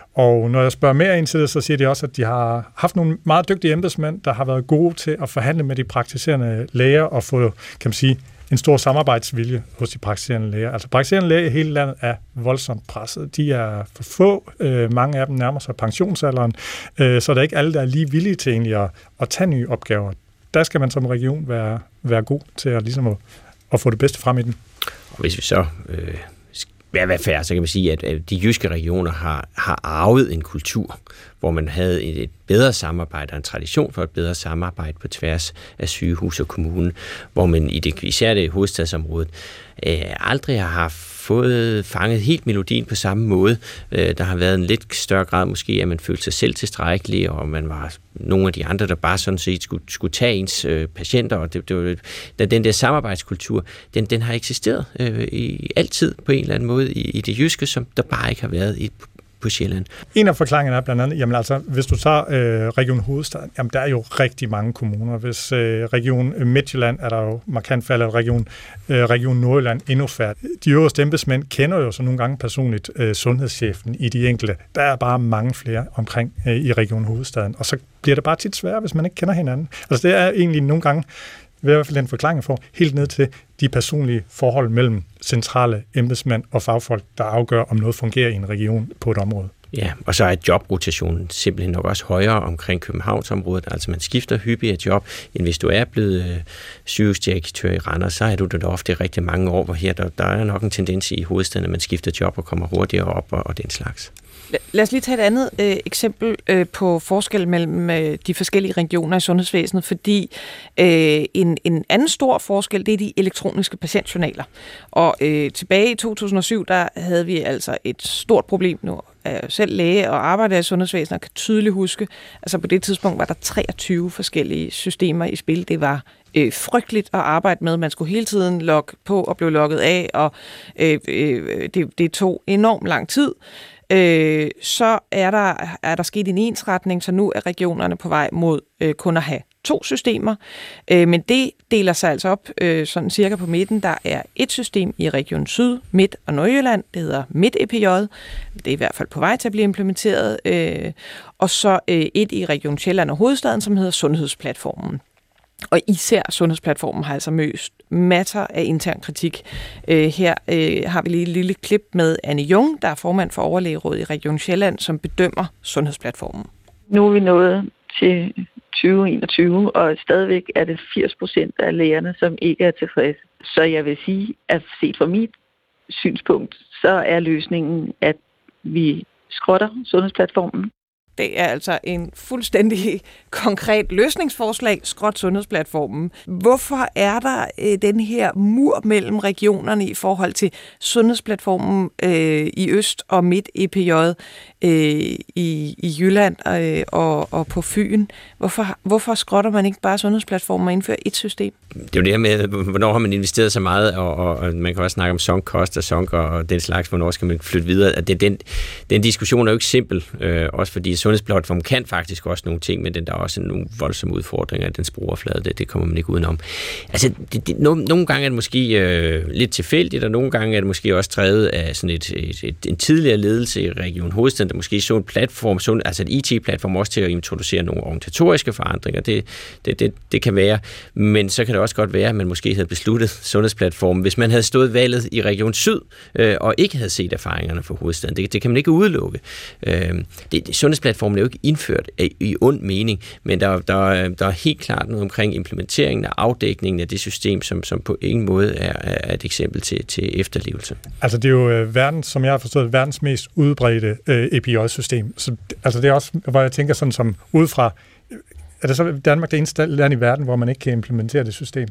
[SPEAKER 3] Og når jeg spørger mere ind til det, så siger de også, at de har haft nogle meget dygtige embedsmænd, der har været gode til at forhandle med de praktiserende læger og få, kan man sige, en stor samarbejdsvilje hos de praktiserende læger. Altså praktiserende læger i hele landet er voldsomt presset. De er for få. Øh, mange af dem nærmer sig pensionsalderen, øh, så der er ikke alle, der er lige villige til egentlig at, at tage nye opgaver. Der skal man som region være, være god til at, ligesom at, at få det bedste frem i den.
[SPEAKER 4] Og hvis vi så... Øh Ja, hvad færre, så kan man sige, at de jyske regioner har, har arvet en kultur, hvor man havde et, et bedre samarbejde og en tradition for et bedre samarbejde på tværs af sygehus og kommune, hvor man i det, især det hovedstadsområdet øh, aldrig har fået fanget helt melodien på samme måde. Øh, der har været en lidt større grad måske, at man følte sig selv tilstrækkelig, og man var nogle af de andre, der bare sådan set skulle, skulle tage ens øh, patienter, og det, det var, den der samarbejdskultur, den, den har eksisteret øh, i, altid på en eller anden måde i, i det jyske, som der bare ikke har været i på Sjælland.
[SPEAKER 3] En af forklaringerne er blandt andet, jamen altså, hvis du tager øh, Region Hovedstaden, jamen der er jo rigtig mange kommuner. Hvis øh, Region Midtjylland er der jo markant færre, eller Region, øh, Region Nordjylland endnu færre. De øverste embedsmænd kender jo så nogle gange personligt øh, sundhedschefen i de enkelte. Der er bare mange flere omkring øh, i Region Hovedstaden, og så bliver det bare tit sværere, hvis man ikke kender hinanden. Altså det er egentlig nogle gange, i hvert fald den forklaring for, helt ned til de personlige forhold mellem centrale embedsmænd og fagfolk, der afgør, om noget fungerer i en region på et område.
[SPEAKER 4] Ja, og så er jobrotationen simpelthen nok også højere omkring Københavnsområdet. Altså man skifter hyppigere job, end hvis du er blevet øh, sygehusdirektør i Randers, så er du det ofte rigtig mange år, hvor her der, der er nok en tendens i hovedstaden, at man skifter job og kommer hurtigere op og, og den slags.
[SPEAKER 2] Lad os lige tage et andet øh, eksempel øh, på forskel mellem øh, de forskellige regioner i sundhedsvæsenet, fordi øh, en, en anden stor forskel, det er de elektroniske patientjournaler. Og øh, tilbage i to tusind og syv, der havde vi altså et stort problem nu. Jeg er selv læge og arbejder i sundhedsvæsenet og kan tydeligt huske, altså på det tidspunkt var der treogtyve forskellige systemer i spil. Det var øh, frygteligt at arbejde med. Man skulle hele tiden logge på og blive logget af, og øh, øh, det, det tog enormt lang tid. Øh, så er der, er der sket en ensretning, så nu er regionerne på vej mod øh, kun at have to systemer. Øh, men det deler sig altså op øh, sådan cirka på midten. Der er et system i Region Syd, Midt og Nordjylland. Det hedder Midt E P J. Det er i hvert fald på vej til at blive implementeret. Øh, og så øh, et i Region Sjælland og Hovedstaden, som hedder Sundhedsplatformen. Og især Sundhedsplatformen har altså mødt masser af intern kritik. Øh, her øh, har vi lige et lille klip med Anne Jung, der er formand for overlægerådet i Region Sjælland, som bedømmer Sundhedsplatformen.
[SPEAKER 1] Nu er vi nået til tyve enogtyve, og stadigvæk er det firs procent af lægerne, som ikke er tilfredse. Så jeg vil sige, at set fra mit synspunkt, så er løsningen, at vi skrotter Sundhedsplatformen.
[SPEAKER 2] Det er altså en fuldstændig konkret løsningsforslag, skrot Sundhedsplatformen. Hvorfor er der øh, den her mur mellem regionerne i forhold til Sundhedsplatformen øh, i Øst og Midt E P J øh, i, i Jylland øh, og, og på Fyn? Hvorfor, hvorfor skrotter man ikke bare Sundhedsplatformen og indfører et system?
[SPEAKER 4] Det er jo det her med, hvornår har man investeret så meget, og, og, og man kan også snakke om sunk cost og sunk og den slags, hvornår skal man flytte videre. Det, den, den diskussion er jo ikke simpel, øh, også fordi sundhedsplatformen kan faktisk også nogle ting, men den der er også nogle voldsomme udfordringer af dens brugerflade, det, det kommer man ikke udenom. Altså, det, det, no, nogle gange er det måske øh, lidt tilfældigt, og nogle gange er det måske også drevet af sådan et, et, et, en tidligere ledelse i Region Hovedstaden, der måske så en platform, så, altså et I T-platform også til at introducere nogle organisatoriske forandringer. Det, det, det, det kan være, men så kan det også godt være, at man måske havde besluttet sundhedsplatformen, hvis man havde stået valget i Region Syd, øh, og ikke havde set erfaringerne fra hovedstaden. Det, det kan man ikke udelukke. Øh, det, det, sundhedsplatformen er jo ikke indført af, i ond mening, men der, der, der er helt klart noget omkring implementeringen og afdækningen af det system, som, som på ingen måde er, er et eksempel til, til efterlevelse.
[SPEAKER 3] Altså det er jo øh, verdens, som jeg har forstået, verdens mest udbredte øh, A P I-system. Så, altså det er også, hvor jeg tænker sådan som udefra, er det så Danmark det eneste land i verden, hvor man ikke kan implementere det system?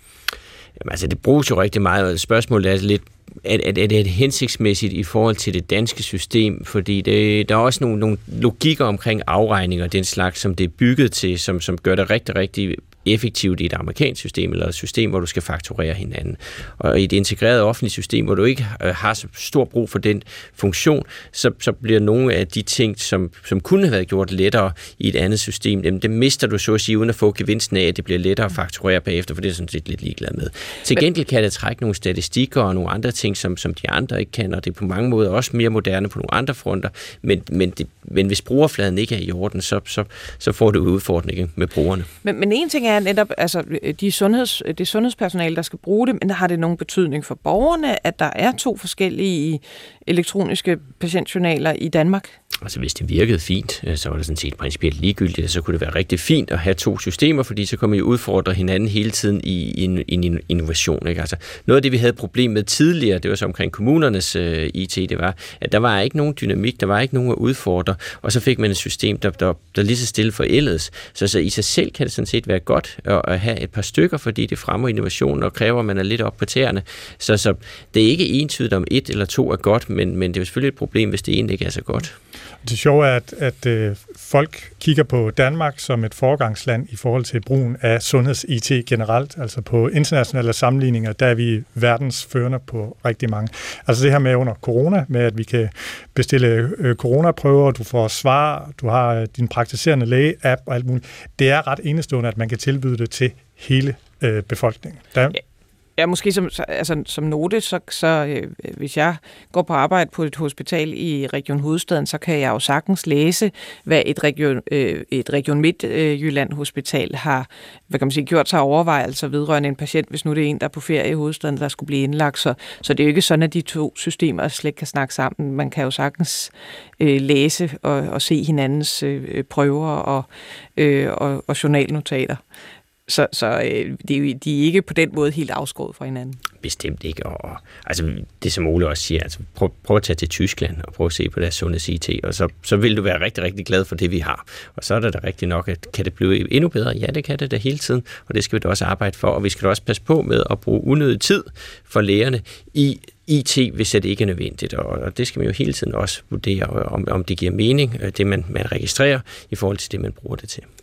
[SPEAKER 4] Jamen, altså det bruges jo rigtig meget, og spørgsmålet er lidt, er, er, er det hensigtsmæssigt i forhold til det danske system, fordi det, der er også nogle, nogle logikker omkring afregninger, den slags, som det er bygget til, som, som gør det rigtig, rigtig effektivt i et amerikansk system, eller et system, hvor du skal fakturere hinanden. Og i et integreret offentligt system, hvor du ikke har så stor brug for den funktion, så, så bliver nogle af de ting, som, som kunne have været gjort lettere i et andet system, dem, dem mister du så at sige, uden at få gevinsten af, at det bliver lettere at fakturere bagefter, for det er sådan set lidt ligeglad med. Til gengæld kan det trække nogle statistikker og nogle andre ting, som, som de andre ikke kan, og det er på mange måder også mere moderne på nogle andre fronter, men, men, det, men hvis brugerfladen ikke er i orden, så, så, så får du udfordringer med brugerne.
[SPEAKER 2] Men, men en ting er netop, altså de sundheds, det sundhedspersonale, der skal bruge det, men har det nogen betydning for borgerne, at der er to forskellige elektroniske patientjournaler i Danmark?
[SPEAKER 4] Altså hvis det virkede fint, så var det sådan set principielt ligegyldigt, så kunne det være rigtig fint at have to systemer, fordi så kommer I udfordre hinanden hele tiden i en, en innovation. Ikke? Altså noget af det, vi havde problem med tidligere, det var så omkring kommunernes uh, I T, det var, at der var ikke nogen dynamik, der var ikke nogen at udfordre, og så fik man et system, der, der, der lige så stille forældes. Så, så i sig selv kan det sådan set være godt at, at have et par stykker, fordi det fremmer innovation og kræver, at man er lidt op på tæerne. Så, så det er ikke entydigt om et eller to er godt, men, men det er selvfølgelig et problem, hvis det egentlig ikke er så godt.
[SPEAKER 3] Det sjove er, at, at øh, folk kigger på Danmark som et foregangsland i forhold til brugen af sundheds-I T generelt. Altså på internationale sammenligninger, der er vi verdens førende på rigtig mange. Altså det her med under corona, med at vi kan bestille øh, coronaprøver, du får svar, du har øh, din praktiserende læge-app og alt muligt. Det er ret enestående, at man kan tilbyde det til hele øh, befolkningen. Der,
[SPEAKER 2] ja. Ja, måske som, altså, som note, så, så øh, hvis jeg går på arbejde på et hospital i Region Hovedstaden, så kan jeg jo sagtens læse, hvad et Region, øh, et Region Midtjylland øh, Hospital har hvad kan man sige, gjort sig overvejelser vedrørende en patient, hvis nu det er en, der er på ferie i hovedstaden, der skulle blive indlagt. Så, så det er jo ikke sådan, at de to systemer slet kan snakke sammen. Man kan jo sagtens øh, læse og, og se hinandens øh, prøver og, øh, og, og journalnotater. Så, så øh, de, de er ikke på den måde helt afskåret fra hinanden.
[SPEAKER 4] Bestemt ikke. Og, og, altså, det som Ole også siger, altså, prøv, prøv at tage til Tyskland og prøv at se på deres sundheds-I T, og så, så vil du være rigtig, rigtig glad for det, vi har. Og så er det da rigtig nok, at kan det blive endnu bedre? Ja, det kan det da hele tiden, og det skal vi da også arbejde for, og vi skal da også passe på med at bruge unødig tid for lægerne i I T, hvis det ikke er nødvendigt, og det skal man jo hele tiden også vurdere, om, om det giver mening, det man, man registrerer, i forhold til det, man bruger det til.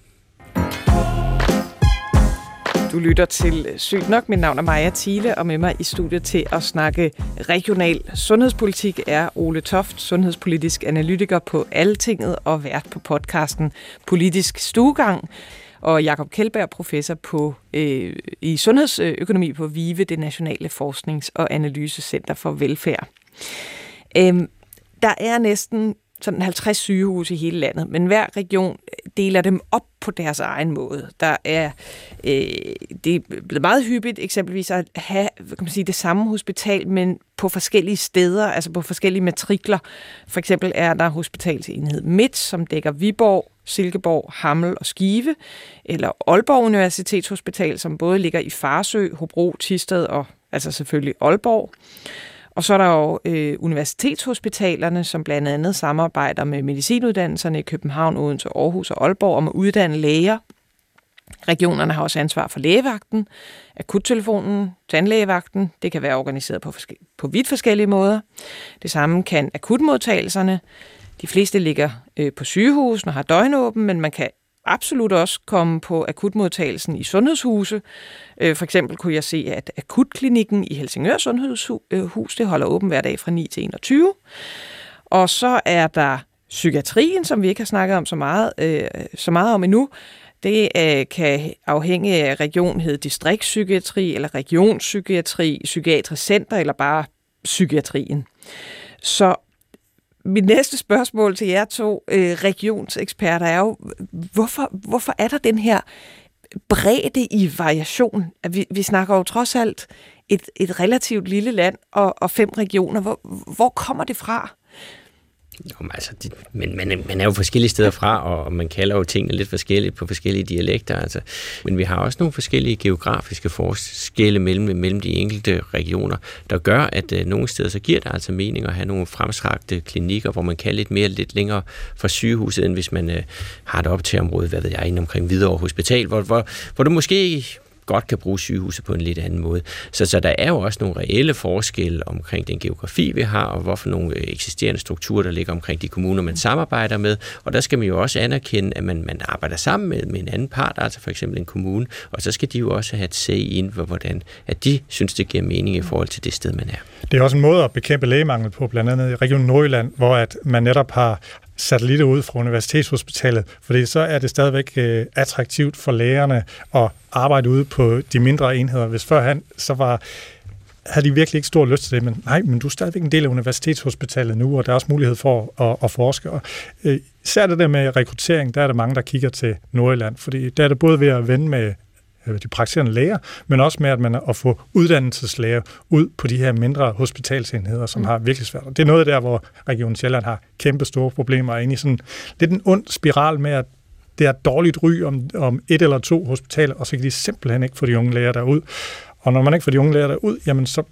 [SPEAKER 2] Du lytter til Sygt Nok. Mit navn er Maja Thiele, og med mig i studiet til at snakke regional sundhedspolitik er Ole Toft, sundhedspolitisk analytiker på Altinget og vært på podcasten Politisk Stuegang, og Jakob Kjeldberg, professor på, øh, i sundhedsøkonomi på VIVE, det Nationale Forsknings- og Analysecenter for Velfærd. Øhm, der er næsten sådan halvtreds sygehuse i hele landet, men hver region deler dem op på deres egen måde. Der er, øh, det er blevet meget hyppigt eksempelvis at have hvad kan man sige, det samme hospital, men på forskellige steder, altså på forskellige matrikler. For eksempel er der hospitalsenhed Midt, som dækker Viborg, Silkeborg, Hammel og Skive, eller Aalborg Universitetshospital, som både ligger i Farsø, Hobro, Thisted og altså selvfølgelig Aalborg. Og så er der jo øh, universitetshospitalerne, som blandt andet samarbejder med medicinuddannelserne i København, Odense, Aarhus og Aalborg om at uddanne læger. Regionerne har også ansvar for lægevagten, akuttelefonen, tandlægevagten. Det kan være organiseret på, forske- på vidt forskellige måder. Det samme kan akutmodtagelserne. De fleste ligger øh, på sygehusene og har døgnåben, men man kan absolut også komme på akutmodtagelsen i sundhedshuse. For eksempel kunne jeg se, at akutklinikken i Helsingør Sundhedshus det holder åben hver dag fra ni til enogtyve. Og så er der Psykiatrien, som vi ikke har snakket om så meget, øh, så meget om endnu, det øh, kan afhænge af region, hedder distriktspsykiatri eller regionspsykiatri, psykiatrisk center eller bare psykiatrien. Så mit næste spørgsmål til jer to øh, regionseksperter er jo, hvorfor, hvorfor er der den her bredde i variation? At vi, vi snakker jo trods alt et, et relativt lille land og, og fem regioner. Hvor, hvor kommer det fra?
[SPEAKER 4] Jo, altså, det, men man, man er jo forskellige steder fra, og man kalder jo tingene lidt forskelligt på forskellige dialekter. Altså. Men vi har også nogle forskellige geografiske forskelle mellem, mellem de enkelte regioner, der gør, at uh, nogle steder så giver det altså mening at have nogle fremstrakte klinikker, hvor man kan lidt mere, lidt længere fra sygehuset, end hvis man uh, har det op til området, hvad ved jeg, inde omkring Hvidovre Hospital, hvor, hvor, hvor du måske godt kan bruge sygehuset på en lidt anden måde. Så, så der er jo også nogle reelle forskelle omkring den geografi, vi har, og hvorfor nogle eksisterende strukturer, der ligger omkring de kommuner, man samarbejder med. Og der skal man jo også anerkende, at man, man arbejder sammen med, med en anden part, altså for eksempel en kommune, og så skal de jo også have et say ind for, hvordan at de synes, det giver mening i forhold til det sted, man er.
[SPEAKER 3] Det er også en måde at bekæmpe lægemangel på, blandt andet i Region Nordjylland, hvor at man netop har satellitter ud fra Universitetshospitalet, fordi så er det stadigvæk øh, attraktivt for lægerne at arbejde ude på de mindre enheder. Hvis førhen, så var, havde de virkelig ikke stor lyst til det, men nej, men du er stadigvæk en del af Universitetshospitalet nu, og der er også mulighed for at, at forske. Og, øh, især det der med rekruttering, der er der mange, der kigger til Nordjylland, fordi der er det både ved at vende med de praktiserende læger, men også med, at man at få uddannelseslæger ud på de her mindre hospitalsenheder, som mm. har virkelig svært. Det er noget der, hvor Region Sjælland har kæmpe store problemer, og inde i sådan lidt en ond spiral med, at det er et dårligt ry om, om et eller to hospitaler, og så kan de simpelthen ikke få de unge læger derud. Og når man ikke får de unge læger derud, jamen så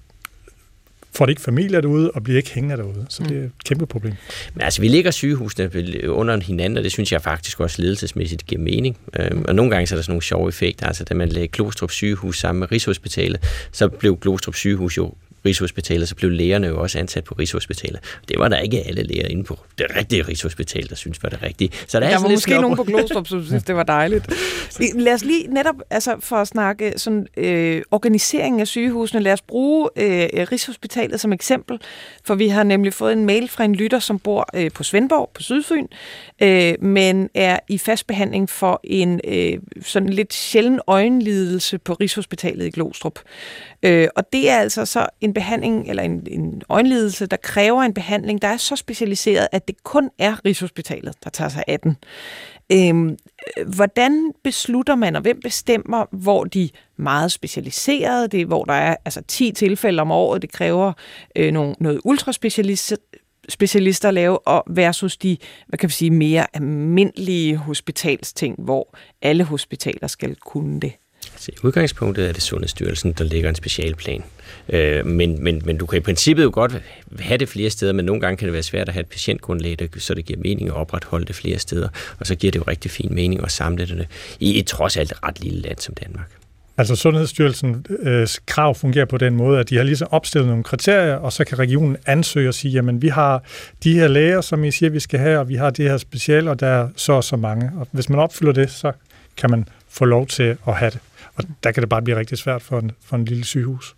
[SPEAKER 3] får de ikke familier derude, og bliver ikke hængende derude. Så det er et kæmpe problem.
[SPEAKER 4] Men altså, vi ligger sygehusene under hinanden, og det synes jeg faktisk også ledelsesmæssigt giver mening. Og nogle gange så er der sådan nogle sjove effekter. Altså, da man lagde Glostrup sygehus sammen med Rigshospitalet, så blev Glostrup sygehus jo Rigshospitalet, så blev lægerne jo også ansat på Rigshospitalet. Det var der ikke alle læger inde på det rigtige Rigshospital, der synes var det rigtige. Så der,
[SPEAKER 2] der
[SPEAKER 4] er
[SPEAKER 2] var måske nogen på Glostrup, som synes, det var dejligt. Lad os lige netop, altså for at snakke sådan, øh, organiseringen af sygehusene, lad os bruge øh, Rigshospitalet som eksempel, for vi har nemlig fået en mail fra en lytter, som bor øh, på Svendborg på Sydfyn, øh, men er i fast behandling for en øh, sådan lidt sjælden øjenlidelse på Rigshospitalet i Glostrup. Øh, og det er altså så en behandling, eller en, en øjenlidelse, der kræver en behandling, der er så specialiseret, at det kun er Rigshospitalet, der tager sig af den. Øhm, hvordan beslutter man, og hvem bestemmer, hvor de meget specialiserede, det er, hvor der er altså ti tilfælde om året, det kræver øh, nogle, noget ultraspecialister, specialister at lave, og versus de, hvad kan vi sige, mere almindelige hospitalsting, hvor alle hospitaler skal kunne det?
[SPEAKER 4] Altså, i udgangspunktet er det Sundhedsstyrelsen, der lægger en specialplan. Øh, men, men, men du kan i princippet jo godt have det flere steder, men nogle gange kan det være svært at have et patientgrundlag, der, så det giver mening at opretholde det flere steder. Og så giver det jo rigtig fin mening at samle det i et trods alt ret lille land som Danmark.
[SPEAKER 3] Altså Sundhedsstyrelsens øh, krav fungerer på den måde, at de har ligesom opstillet nogle kriterier, og så kan regionen ansøge og sige, jamen vi har de her læger, som I siger, vi skal have, og vi har det her speciale, og der er så og så mange. Og hvis man opfylder det, så kan man få lov til at have det. Og der kan det bare blive rigtig svært for en, for en lille sygehus.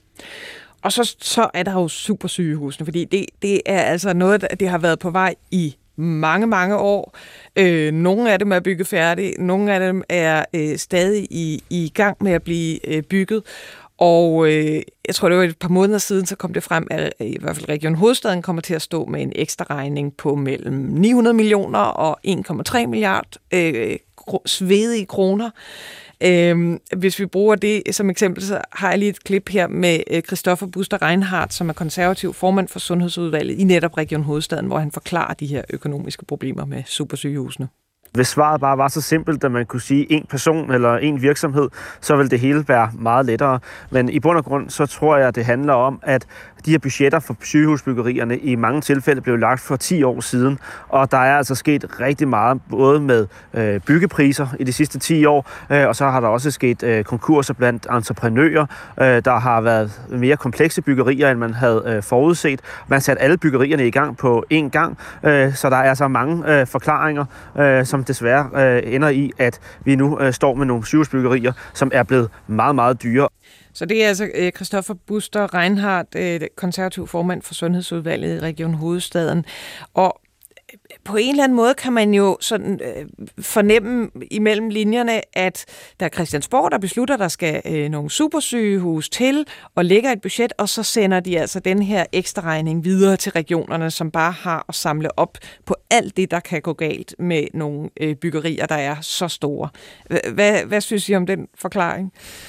[SPEAKER 2] Og så, så er der jo supersygehusene, fordi det, det er altså noget, det har været på vej i mange, mange år. Øh, nogle af dem er bygget færdigt, nogle af dem er øh, stadig i, i gang med at blive øh, bygget. Og øh, jeg tror, det var et par måneder siden, så kom det frem, at i hvert fald Region Hovedstaden kommer til at stå med en ekstra regning på mellem ni hundrede millioner og en komma tre milliard øh, svedige kroner. Øhm, hvis vi bruger det som eksempel, så har jeg lige et klip her med Christoffer Buster Reinhardt, som er konservativ formand for Sundhedsudvalget i netop Region Hovedstaden, hvor han forklarer de her økonomiske problemer med supersygehusene.
[SPEAKER 5] Hvis svaret bare var så simpelt, at man kunne sige en person eller en virksomhed, så ville det hele være meget lettere. Men i bund og grund, så tror jeg, at det handler om, at de her budgetter for sygehusbyggerierne i mange tilfælde blev lagt for ti år siden, og der er altså sket rigtig meget, både med øh, byggepriser i de sidste ti år, øh, og så har der også sket øh, konkurser blandt entreprenører. Øh, der har været mere komplekse byggerier, end man havde øh, forudset. Man satte alle byggerierne i gang på én gang, øh, så der er altså mange øh, forklaringer, øh, som desværre øh, ender i, at vi nu øh, står med nogle sygehusbyggerier, som er blevet meget, meget dyre.
[SPEAKER 2] Så det er altså Christoffer Buster Reinhardt, konservativ formand for Sundhedsudvalget i Region Hovedstaden. Og på en eller anden måde kan man jo sådan øh, fornemme imellem linjerne, at der er Christiansborg, der beslutter, der skal øh, nogle supersygehus til og lægger et budget, og så sender de altså den her ekstra regning videre til regionerne, som bare har at samle op på alt det, der kan gå galt med nogle øh, byggerier, der er så store. Hvad, hvad synes I om den forklaring?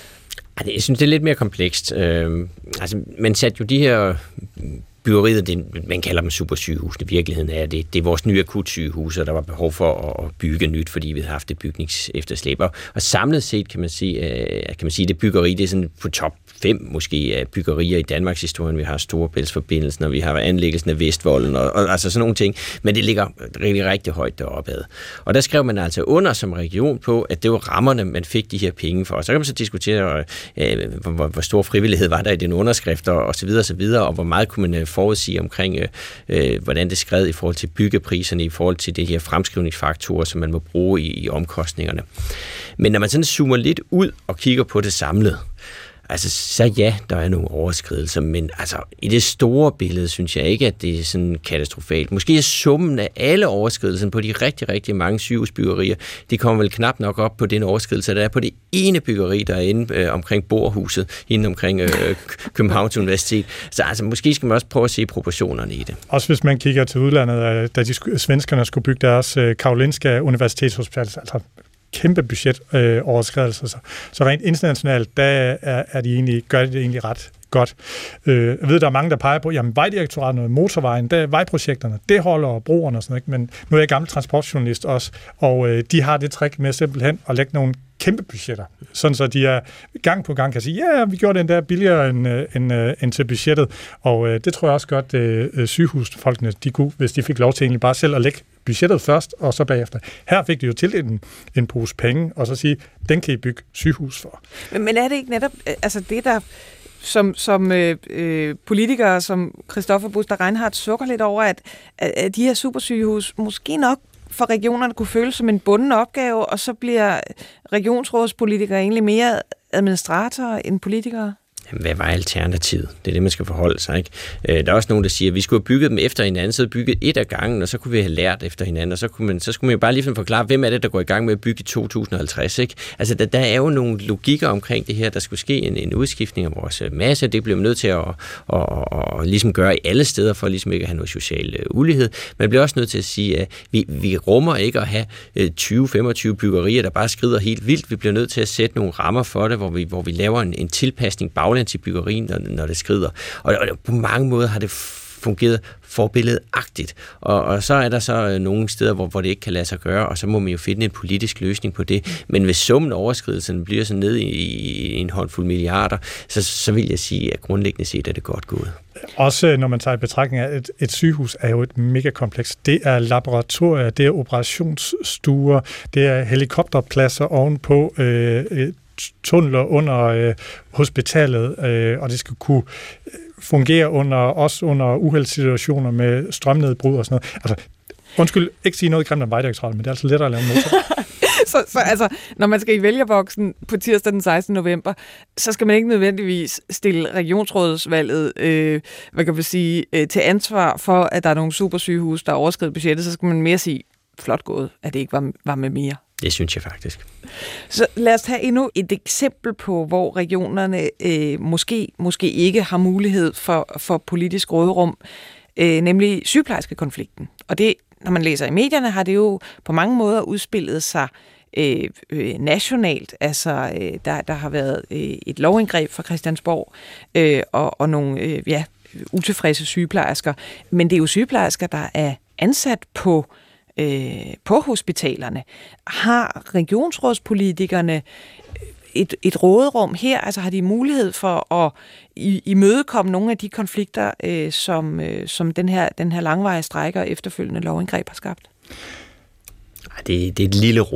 [SPEAKER 4] Jeg synes, det er lidt mere komplekst. Øh, altså, man satte jo de her byggeriet, det, man kalder dem supersygehusene. I virkeligheden er det, det er vores nye akutsygehuse, og der var behov for at bygge nyt, fordi vi havde haft et bygningsefterslæb. Og, og samlet set kan man sige, kan man sige, det byggeri, det er sådan på top fem måske af byggerier i Danmarks historien. Vi har Storebæltsforbindelsen, og vi har anlæggelsen af Vestvolden, og, og altså sådan nogle ting. Men det ligger rigtig, rigtig højt deroppe ad. Og der skrev man altså under som region på, at det var rammerne, man fik de her penge for. Så kan man så diskutere, øh, hvor, hvor stor frivillighed var der i den underskrift, og, og så videre, og så videre, og hvor meget kunne man forudsige omkring, øh, hvordan det skred i forhold til byggepriserne, i forhold til det her fremskrivningsfaktorer, som man må bruge i, i omkostningerne. Men når man sådan zoomer lidt ud og kigger på det samlet, altså, så ja, der er nogle overskridelser, men altså, i det store billede, synes jeg ikke, at det er sådan katastrofalt. Måske er summen af alle overskridelser på de rigtig, rigtig mange sygehusbyggerier, det kommer vel knap nok op på den overskridelse, der er på det ene byggeri, der er inde øh, omkring Borhuset, inde omkring øh, Københavns Universitet. Så altså, måske skal man også prøve at se proportionerne i det. Også
[SPEAKER 3] hvis man kigger til udlandet, da de svenskerne skulle bygge deres øh, Karolinska Universitetshospital, altså kæmpe budgetoverskridelser. Så, så rent internationalt, der er, er de egentlig, gør de det egentlig ret godt. Øh, jeg ved, der er mange, der peger på, jamen Vejdirektoratet og motorvejen, der, vejprojekterne, det holder broerne og sådan noget, men nu er jeg gammel transportjournalist også, og øh, de har det trick med simpelthen at lægge nogle kæmpe budgetter, sådan så de er gang på gang kan sige, ja, vi gjorde den der billigere end, end, end til budgettet, og øh, det tror jeg også godt, øh, sygehusfolkene, de kunne, hvis de fik lov til egentlig bare selv at lægge budgettet først, og så bagefter. Her fik de jo tildelt en, en pose penge, og så sige, den kan I bygge sygehus for.
[SPEAKER 2] Men, men er det ikke netop, altså det der, som, som øh, politikere, som Christoffer Buster Reinhardt sukker lidt over, at, at de her supersygehus måske nok for regionerne kunne føles som en bunden opgave, og så bliver regionsrådspolitikere egentlig mere administratorer end politikere?
[SPEAKER 4] Jamen, hvad var alternativet? Det er det, man skal forholde sig, ikke? Der er også nogen, der siger, at vi skulle have bygget dem efter hinanden, så bygget et af gangen, og så kunne vi have lært efter hinanden, og så, kunne man, så skulle man jo bare lige forklare, hvem er det, der går i gang med at bygge i to tusind og halvtreds, ikke? Altså, der, der er jo nogle logikker omkring det her, der skulle ske en, en udskiftning af vores masse, det bliver man nødt til at, at, at, at ligesom gøre i alle steder, for ligesom ikke at have noget social ulighed. Man bliver også nødt til at sige, at vi, vi rummer ikke at have tyve til femogtyve byggerier, der bare skrider helt vildt. Vi bliver nødt til at sætte nogle rammer for det, hvor vi, hvor vi laver en, en tilpasning baglæns til byggeriet, når, når det skrider. Og, og på mange måder har det fungeret forbilledagtigt. Og, og så er der så nogle steder, hvor, hvor det ikke kan lade sig gøre, og så må man jo finde en politisk løsning på det. Men hvis summen af overskridelsen bliver så ned i, i en håndfuld milliarder, så, så vil jeg sige, at grundlæggende set er det godt gået.
[SPEAKER 3] Også når man tager i betragtning af, at et, et sygehus er jo et mega kompleks. Det er laboratorier, det er operationsstuer, det er helikopterpladser ovenpå, øh, tunneler under øh, hospitalet, øh, og det skal kunne fungere under, også under uheldssituationer med strømnedbrud og sådan noget. Altså, undskyld, ikke sige noget grimt om Vejdirektoratet, men det er altså lettere at lave en motor.
[SPEAKER 2] så, så altså, når man skal i vælgerboksen på tirsdag den sekstende november, så skal man ikke nødvendigvis stille regionsrådsvalget øh, hvad kan man sige, øh, til ansvar for, at der er nogle supersygehus, der overskrider budgettet, så skal man mere sige, flot gået, at det ikke var, var med mere.
[SPEAKER 4] Det synes jeg faktisk.
[SPEAKER 2] Så lad os tage endnu et eksempel på, hvor regionerne øh, måske, måske ikke har mulighed for, for politisk råderum, øh, nemlig sygeplejerskekonflikten. Og det, når man læser i medierne, har det jo på mange måder udspillet sig øh, øh, nationalt. Altså, øh, der, der har været øh, et lovindgreb fra Christiansborg øh, og, og nogle øh, ja, utilfredse sygeplejersker. Men det er jo sygeplejersker, der er ansat på på hospitalerne. Har regionsrådspolitikerne et, et råderum her? Altså har de mulighed for at imødekomme nogle af de konflikter, øh, som, øh, som den her, den her langvarige strejke og efterfølgende lovindgreb har skabt?
[SPEAKER 4] Det, det er et lille råderum.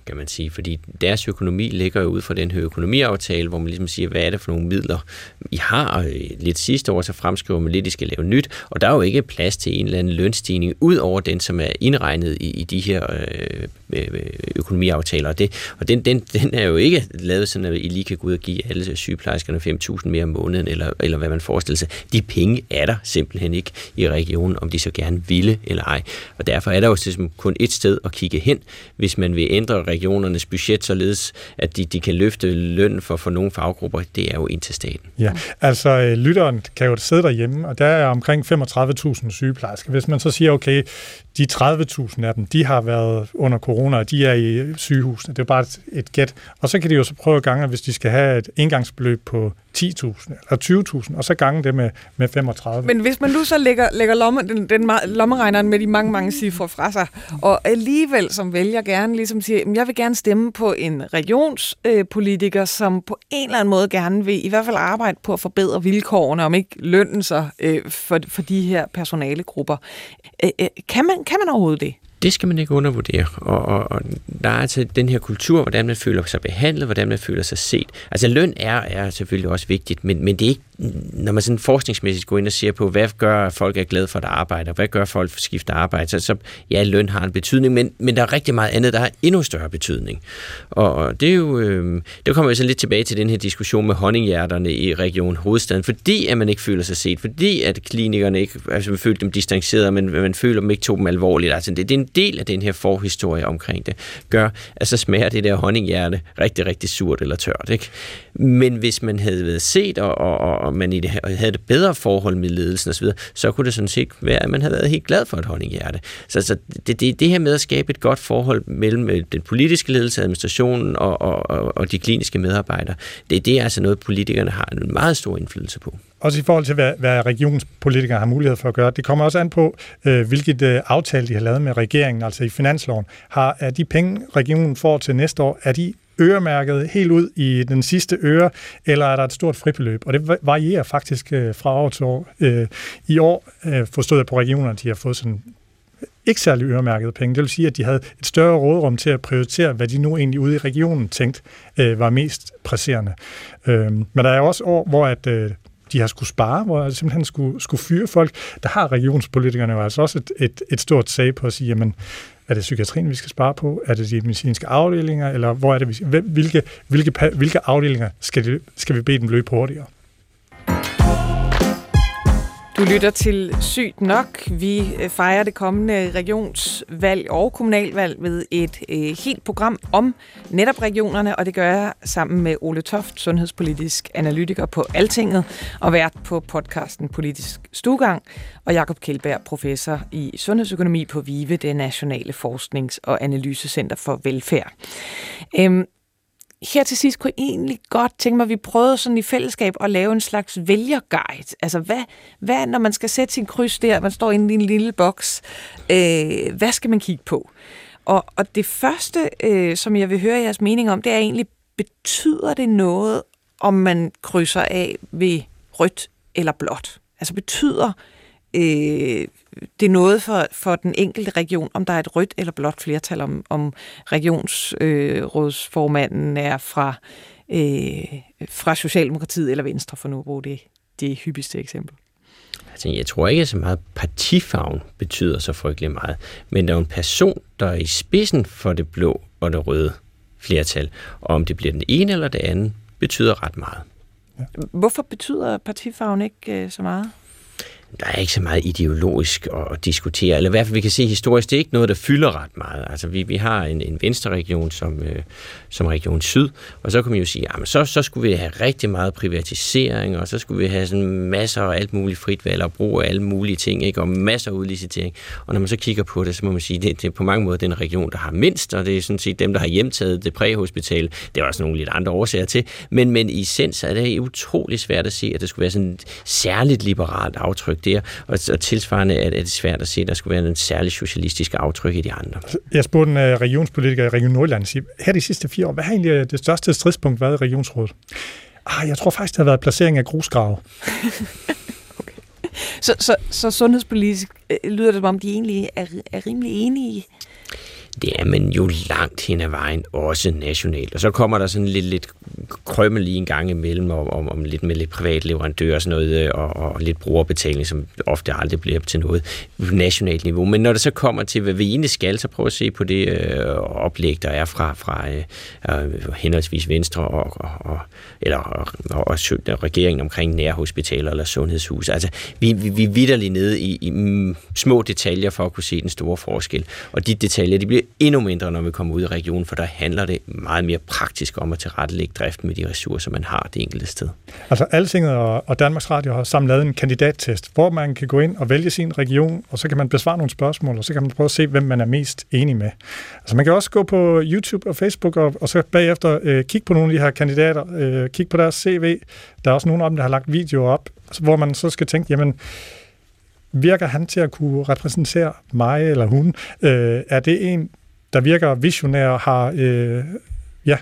[SPEAKER 4] kan man sige, fordi deres økonomi ligger jo ud fra den her økonomiaftale, hvor man ligesom siger, hvad er det for nogle midler, I har, og lidt sidste år, så fremskriver man lidt, I skal lave nyt, og der er jo ikke plads til en eller anden lønstigning, ud over den, som er indregnet i, i de her øh, økonomiaftaler, og, det, og den, den, den er jo ikke lavet sådan, at I lige kan gå ud og give alle sygeplejerskerne fem tusind mere om måneden, eller, eller hvad man forestiller sig. De penge er der simpelthen ikke i regionen, om de så gerne ville eller ej, og derfor er der jo ligesom kun et sted at kigge hen, hvis man vil ændre regionernes budget, således at de, de kan løfte løn for, for nogle faggrupper, det er jo ind til staten.
[SPEAKER 3] Ja, altså lytteren kan jo sidde derhjemme, og der er omkring femogtredive tusind sygeplejersker. Hvis man så siger, okay, de tredive tusind af dem, de har været under corona, og de er i sygehusene. Det er jo bare et, et gæt. Og så kan de jo så prøve at gange, hvis de skal have et engangsbeløb på ti tusind eller tyve tusind, og så gange det med, med femogtredive.
[SPEAKER 2] Men hvis man nu så lægger, lægger lomme, den, den lommeregneren med de mange, mange cifre fra sig, og alligevel som vælger gerne ligesom siger, jeg vil gerne stemme på en regionspolitiker, øh, som på en eller anden måde gerne vil i hvert fald arbejde på at forbedre vilkårene, om ikke lønnen så øh, for, for de her personalegrupper. Øh, øh, kan man, kan man overhovedet det?
[SPEAKER 4] Det skal man ikke undervurdere, og, og, og der er altså den her kultur, hvordan man føler sig behandlet, hvordan man føler sig set. Altså løn er, er selvfølgelig også vigtigt, men, men det er ikke, når man sådan forskningsmæssigt går ind og ser på, hvad gør folk er glade for at arbejde, og hvad gør folk for at skifte arbejde, så, så ja, løn har en betydning, men, men der er rigtig meget andet, der har endnu større betydning. Og, og det er jo, øh, det kommer vi så lidt tilbage til den her diskussion med honninghjerterne i Region Hovedstaden, fordi at man ikke føler sig set, fordi at klinikerne ikke, altså man føler dem distanceret, men man føler dem ikke tog dem alvorligt. Altså det, det er en del af den her forhistorie omkring det, gør, at så smager det der honninghjerte rigtig, rigtig surt eller tørt, ikke? Men hvis man havde været set, og, og, og man i det, og havde det bedre forhold med ledelsen osv., så kunne det sådan set være, at man havde været helt glad for et honninghjerte. Så, så det, det, det her med at skabe et godt forhold mellem den politiske ledelse, administrationen og, og, og, og de kliniske medarbejdere, det, det er altså noget, politikerne har en meget stor indflydelse på.
[SPEAKER 3] Også i forhold til, hvad, hvad regionspolitikere har mulighed for at gøre. Det kommer også an på, øh, hvilket øh, aftale de har lavet med regeringen, altså i finansloven. Har, er de penge, regionen får til næste år, er de øremærket helt ud i den sidste øre, eller er der et stort fribeløb? Og det varierer faktisk øh, fra år til år. Øh, I år øh, forstod jeg på regionerne, at de har fået sådan ikke særlig øremærkede penge. Det vil sige, at de havde et større råderum til at prioritere, hvad de nu egentlig ude i regionen tænkte øh, var mest presserende. Øh, men der er også år, hvor at øh, de har skulle spare, hvor de simpelthen skulle, skulle fyre folk. Der har regionspolitikerne jo altså også et, et, et stort sag på at sige, jamen, er det psykiatrien, vi skal spare på? Er det de medicinske afdelinger? Eller hvor er det, vi, hvilke, hvilke, hvilke afdelinger skal, de, skal vi bede dem løbe hurtigere?
[SPEAKER 2] Du lytter til Sygt Nok. Vi fejrer det kommende regionsvalg og kommunalvalg ved et øh, helt program om netop regionerne, og det gør jeg sammen med Ole Toft, sundhedspolitisk analytiker på Altinget og vært på podcasten Politisk Stuegang, og Jakob Kjeldberg, professor i sundhedsøkonomi på VIVE, det nationale forsknings- og analysecenter for velfærd. Øhm, Her til sidst kunne jeg egentlig godt tænke mig, at vi prøvede sådan i fællesskab at lave en slags vælgerguide. Altså, hvad, hvad når man skal sætte sin kryds der, man står inde i en lille boks, øh, hvad skal man kigge på? Og, og det første, øh, som jeg vil høre jeres mening om, det er egentlig, betyder det noget, om man krydser af ved rødt eller blåt? Altså, betyder øh, det er noget for, for den enkelte region, om der er et rødt eller blåt flertal, om, om regionsrådsformanden øh, er fra, øh, fra Socialdemokratiet eller Venstre, for nu at bruge det, det hyppigste eksempel.
[SPEAKER 4] Altså, jeg tror ikke, at så meget partifarven betyder så frygtelig meget, men der er en person, der er i spidsen for det blå og det røde flertal, og om det bliver den ene eller det andet, betyder ret meget.
[SPEAKER 2] Ja. Hvorfor betyder partifarven ikke øh, så meget?
[SPEAKER 4] Der er ikke så meget ideologisk at diskutere, eller i hvert fald vi kan se historisk, det er ikke noget, der fylder ret meget. Altså vi, vi har en, en venstreregion som, øh, som Region Syd, og så kan man jo sige, jamen så, så skulle vi have rigtig meget privatisering, og så skulle vi have sådan masser af alt muligt frit valg og brug af alle mulige ting, ikke? Og masser af udlicitering. Og når man så kigger på det, så må man sige, det, det er på mange måder den region, der har mindst, og det er sådan set dem, der har hjemtaget det præhospital. Det er også nogle lidt andre årsager til, men, men i essens er det utrolig svært at se, at det skulle være sådan et særligt liberalt aftryk der, og, og tilsvarende er det svært at se, at der skulle være en særlig socialistisk aftryk i de andre.
[SPEAKER 3] Jeg spurgte en uh, regionspolitiker i Region Nordjylland, siger, her de sidste fire år, hvad har egentlig det største stridspunkt været i regionsrådet? Ah, jeg tror faktisk, det har været placering af grusgrave.
[SPEAKER 2] Okay. Så, så, så sundhedspolitisk øh, lyder det som om, de egentlig er, er rimelig enige?
[SPEAKER 4] Det er man jo langt hen ad vejen, også nationalt. Og så kommer der sådan lidt, lidt krømmel lige en gang imellem, om, om, om lidt med lidt privat leverandør og sådan noget, og, og lidt brugerbetaling, som ofte aldrig bliver til noget nationalt niveau. Men når det så kommer til, hvad vi egentlig skal, så prøv at se på det øh, oplæg, der er fra, fra øh, henholdsvis Venstre og, og, og, eller, og, og, og regeringen omkring nærhospitaler eller sundhedshus. Altså, vi, vi, vi er vitterligt nede i, i mm, små detaljer for at kunne se den store forskel. Og de detaljer, de bliver endnu mindre, når vi kommer ud i regionen, for der handler det meget mere praktisk om at tilrettelægge driften med de ressourcer, man har det enkelte sted. Altså
[SPEAKER 3] Altinget og, og Danmarks Radio har sammen lavet en kandidattest, hvor man kan gå ind og vælge sin region, og så kan man besvare nogle spørgsmål, og så kan man prøve at se, hvem man er mest enig med. Altså man kan også gå på YouTube og Facebook, og, og så bagefter øh, kigge på nogle af de her kandidater, øh, kigge på deres C V. Der er også nogle af dem, der har lagt videoer op, hvor man så skal tænke, jamen, virker han til at kunne repræsentere mig eller hun? Øh, er det en, der virker visionær og har... Øh, ja.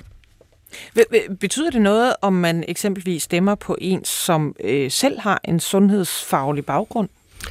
[SPEAKER 2] Betyder det noget, om man eksempelvis stemmer på en, som øh, selv har en sundhedsfaglig baggrund?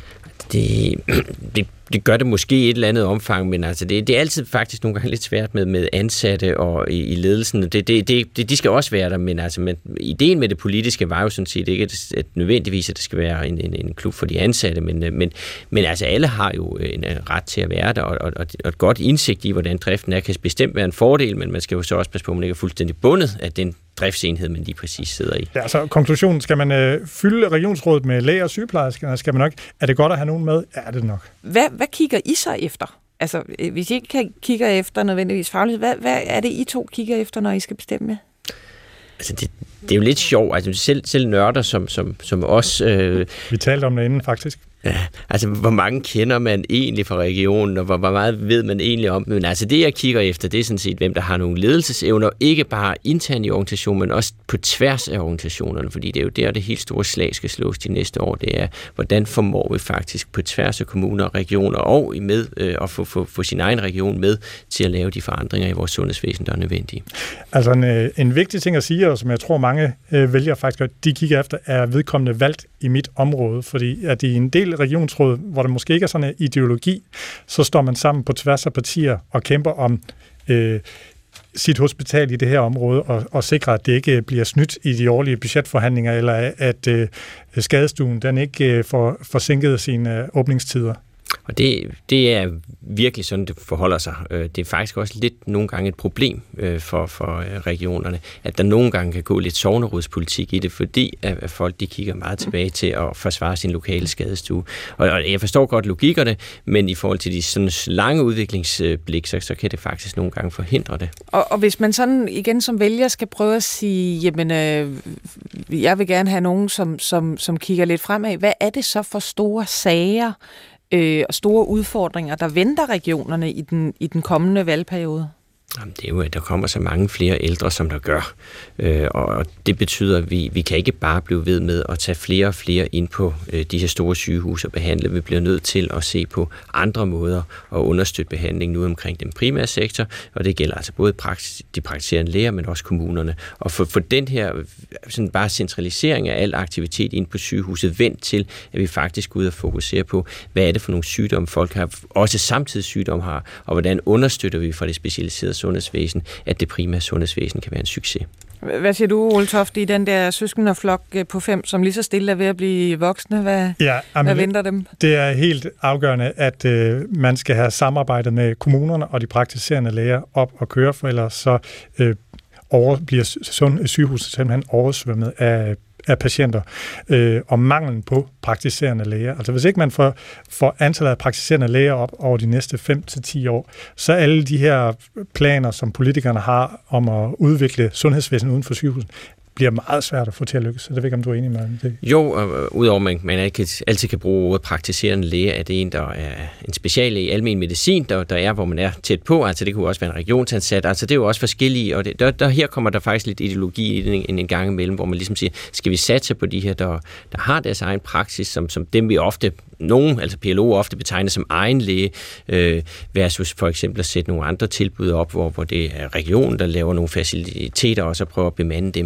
[SPEAKER 4] Det, det, det gør det måske i et eller andet omfang, men altså det, det er altid faktisk nogle gange lidt svært med, med ansatte og i, i ledelsen. Det, det, det, de skal også være der, men altså men ideen med det politiske var jo sådan set ikke, at, at nødvendigvis at det skal være en, en, en klub for de ansatte, men, men, men altså alle har jo en, en ret til at være der, og, og, og et godt indsigt i, hvordan driften er, kan bestemt være en fordel, men man skal jo så også passe på, at man ikke er fuldstændig bundet af den driftsenhed, man lige præcis sidder i.
[SPEAKER 3] Ja, så konklusionen, skal man øh, fylde regionsrådet med læger og sygeplejersker, skal man nok, er det godt at have nogen med? Ja, er det nok.
[SPEAKER 2] Hvad, hvad kigger I så efter? Altså, hvis I ikke kigger efter nødvendigvis faglighed, hvad, hvad er det, I to kigger efter, når I skal bestemme?
[SPEAKER 4] Altså, det, det er jo lidt sjovt. Altså, selv, selv nørder som, som, som os... Øh,
[SPEAKER 3] Vi talte om det inden, faktisk.
[SPEAKER 4] Ja, altså, hvor mange kender man egentlig fra regionen, og hvor meget ved man egentlig om? Men altså, det jeg kigger efter, det er sådan set, hvem der har nogle ledelsesevner, ikke bare internt i organisationen, men også på tværs af organisationerne, fordi det er jo der, det helt store slag skal slås de næste år. Det er, hvordan formår vi faktisk på tværs af kommuner og regioner, og med øh, at få, få, få sin egen region med til at lave de forandringer i vores sundhedsvæsen, der er nødvendige.
[SPEAKER 3] Altså, en, en vigtig ting at sige, og som jeg tror mange øh, vælger faktisk, at de kigger efter, er vedkommende valgt i mit område, fordi at i en del regionsråd, hvor der måske ikke er sådan en ideologi, så står man sammen på tværs af partier og kæmper om øh, sit hospital i det her område, og, og sikrer, at det ikke bliver snydt i de årlige budgetforhandlinger, eller at øh, skadestuen den ikke øh, får forsinket sine øh, åbningstider.
[SPEAKER 4] Og det, det er virkelig sådan, det forholder sig. Det er faktisk også lidt nogle gange et problem for, for regionerne, at der nogle gange kan gå lidt sognerådspolitik i det, fordi at folk de kigger meget tilbage til at forsvare sin lokale skadestue. Og jeg forstår godt logikkerne, men i forhold til de sådan lange udviklingsblik, så, så kan det faktisk nogle gange forhindre det.
[SPEAKER 2] Og, og hvis man sådan igen som vælger skal prøve at sige, jamen øh, jeg vil gerne have nogen, som, som, som kigger lidt fremad, hvad er det så for store sager, Øh, og store udfordringer, der venter regionerne i den, i den kommende valgperiode?
[SPEAKER 4] Jamen, det er jo, at der kommer så mange flere ældre, som der gør. Øh, og det betyder, at vi, vi kan ikke bare blive ved med at tage flere og flere ind på øh, de her store sygehuse og behandle. Vi bliver nødt til at se på andre måder at understøtte behandlingen nu omkring den primære sektor, og det gælder altså både praktis, de praktiserende læger, men også kommunerne. Og for, for den her sådan bare centralisering af al aktivitet ind på sygehuset, vendt til, at vi faktisk går ud og fokuserer på, hvad er det for nogle sygdomme, folk har, også samtidig sygdom har, og hvordan understøtter vi fra det specialiserede sundhedsvæsen, at det primære sundhedsvæsen kan være en succes.
[SPEAKER 2] Hvad siger du, Ole Tofte, i den der søskendeflok på fem, som lige så stille er ved at blive voksne? Hvad, ja, amen, hvad venter dem?
[SPEAKER 3] Det er helt afgørende, at øh, man skal have samarbejdet med kommunerne og de praktiserende læger op og køre, for ellers så øh, over, bliver sund, sygehuset simpelthen oversvømmet af af patienter, øh, og manglen på praktiserende læger. Altså hvis ikke man får, får antallet af praktiserende læger op over de næste fem til ti år, så alle de her planer, som politikerne har om at udvikle sundhedsvæsenet uden for sygehuset, bliver meget svært at få til at lykkes. Så det ved ikke, om du er enig med det.
[SPEAKER 4] Jo, og udover at man, man ikke altid kan bruge ordet praktiserende læge, er det en, der er en speciallæge i almen medicin, der, der er, hvor man er tæt på. Altså det kunne også være en regionsansat. Altså det er jo også forskellige, og det, der, der, her kommer der faktisk lidt ideologi i den en, en gang imellem, hvor man ligesom siger, skal vi satse på de her, der, der har deres egen praksis, som, som dem vi ofte, nogen, altså P L O ofte betegner som egen læge, øh, versus for eksempel at sætte nogle andre tilbud op, hvor, hvor det er regionen, der laver nogle faciliteter, og så prøver at bemande dem. Og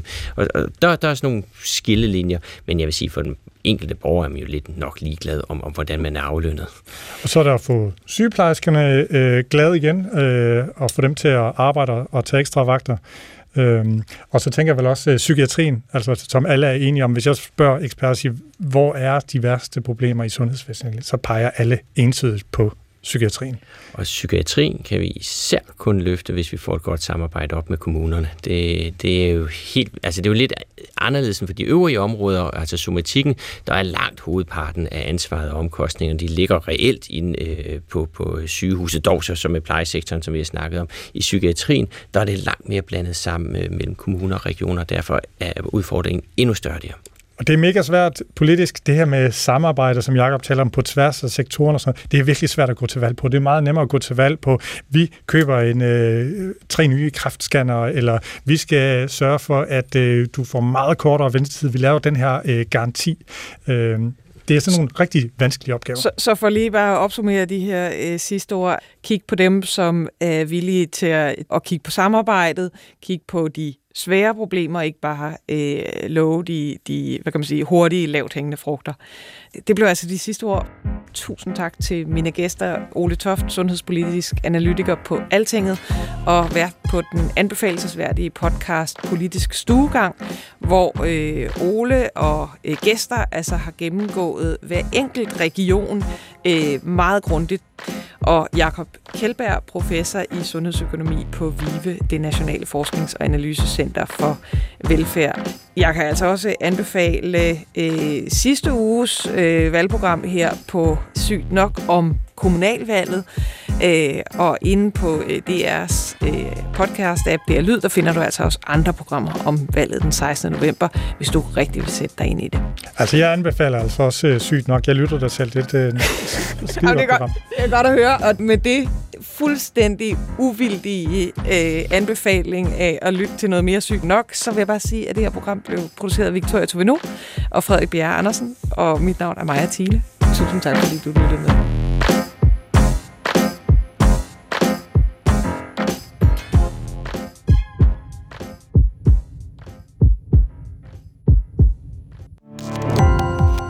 [SPEAKER 4] Og, og der, der er sådan nogle skillelinjer, men jeg vil sige, for den enkelte borger er man jo lidt nok ligeglad om, om hvordan man er aflønnet.
[SPEAKER 3] Og så er der at få sygeplejerskerne øh, glade igen, øh, og få dem til at arbejde og tage ekstra vagter. Øhm, og så tænker jeg vel også øh, psykiatrien, altså som alle er enige om. Hvis jeg spørger eksperter, siger, hvor er de værste problemer i sundhedsvæsenet, så peger alle entydigt på psykiatrien.
[SPEAKER 4] Og psykiatrien kan vi især kun løfte, hvis vi får et godt samarbejde op med kommunerne. Det, det er jo helt, altså det er jo lidt anderledes end for de øvrige områder, altså somatikken, der er langt hovedparten af ansvaret og omkostningerne, de ligger reelt inde øh, på, på sygehuset, dog så som i plejesektoren, som vi har snakket om. I psykiatrien, der er det langt mere blandet sammen øh, mellem kommuner og regioner, derfor er udfordringen endnu større der.
[SPEAKER 3] Og det er mega svært politisk, det her med samarbejde, som Jakob taler om på tværs af sektoren og sådan noget. Det er virkelig svært at gå til valg på. Det er meget nemmere at gå til valg på, vi køber en, øh, tre nye kræftscanner, eller vi skal sørge for, at øh, du får meget kortere ventetid. Vi laver den her øh, garanti. Øh, Det er sådan nogle rigtig vanskelige opgaver.
[SPEAKER 2] Så, så for lige bare at opsummere de her øh, sidste ord, kig på dem, som er villige til at, at kigge på samarbejdet, kig på de svære problemer, ikke bare øh, love de, de hvad kan man sige, hurtige, lavt hængende frugter. Det blev altså de sidste ord. Tusind tak til mine gæster, Ole Toft, sundhedspolitisk analytiker på Altinget, og vært på den anbefalelsesværdige podcast Politisk Stuegang, hvor øh, Ole og øh, gæster altså har gennemgået hver enkelt region øh, meget grundigt. Og Jakob Kjeldberg, professor i sundhedsøkonomi på VIVE, det Nationale Forsknings- og Analysecenter for Velfærd. Jeg kan altså også anbefale øh, sidste uges øh, valgprogram her på Sygt Nok om kommunalvalget, øh, og inde på øh, D R's øh, podcast-app, D R Lyd, der finder du altså også andre programmer om valget den sekstende november, hvis du rigtig vil sætte dig ind i det.
[SPEAKER 3] Altså, jeg anbefaler altså også øh, Sygt Nok. Jeg lytter dig selv lidt øh, skide
[SPEAKER 2] det,
[SPEAKER 3] program.
[SPEAKER 2] Det er godt at høre, og med det fuldstændig uvildige øh, anbefaling af at lytte til noget mere Sygt Nok, så vil jeg bare sige, at det her program blev produceret af Victoria Tovino og Frederik Bjerre Andersen, og mit navn er Maja Thiele. Tusind tak, fordi du lyttede med.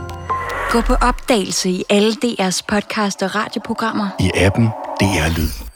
[SPEAKER 6] Gå på opdagelse i alle D R's podcast og radioprogrammer.
[SPEAKER 7] I appen D R Lyd.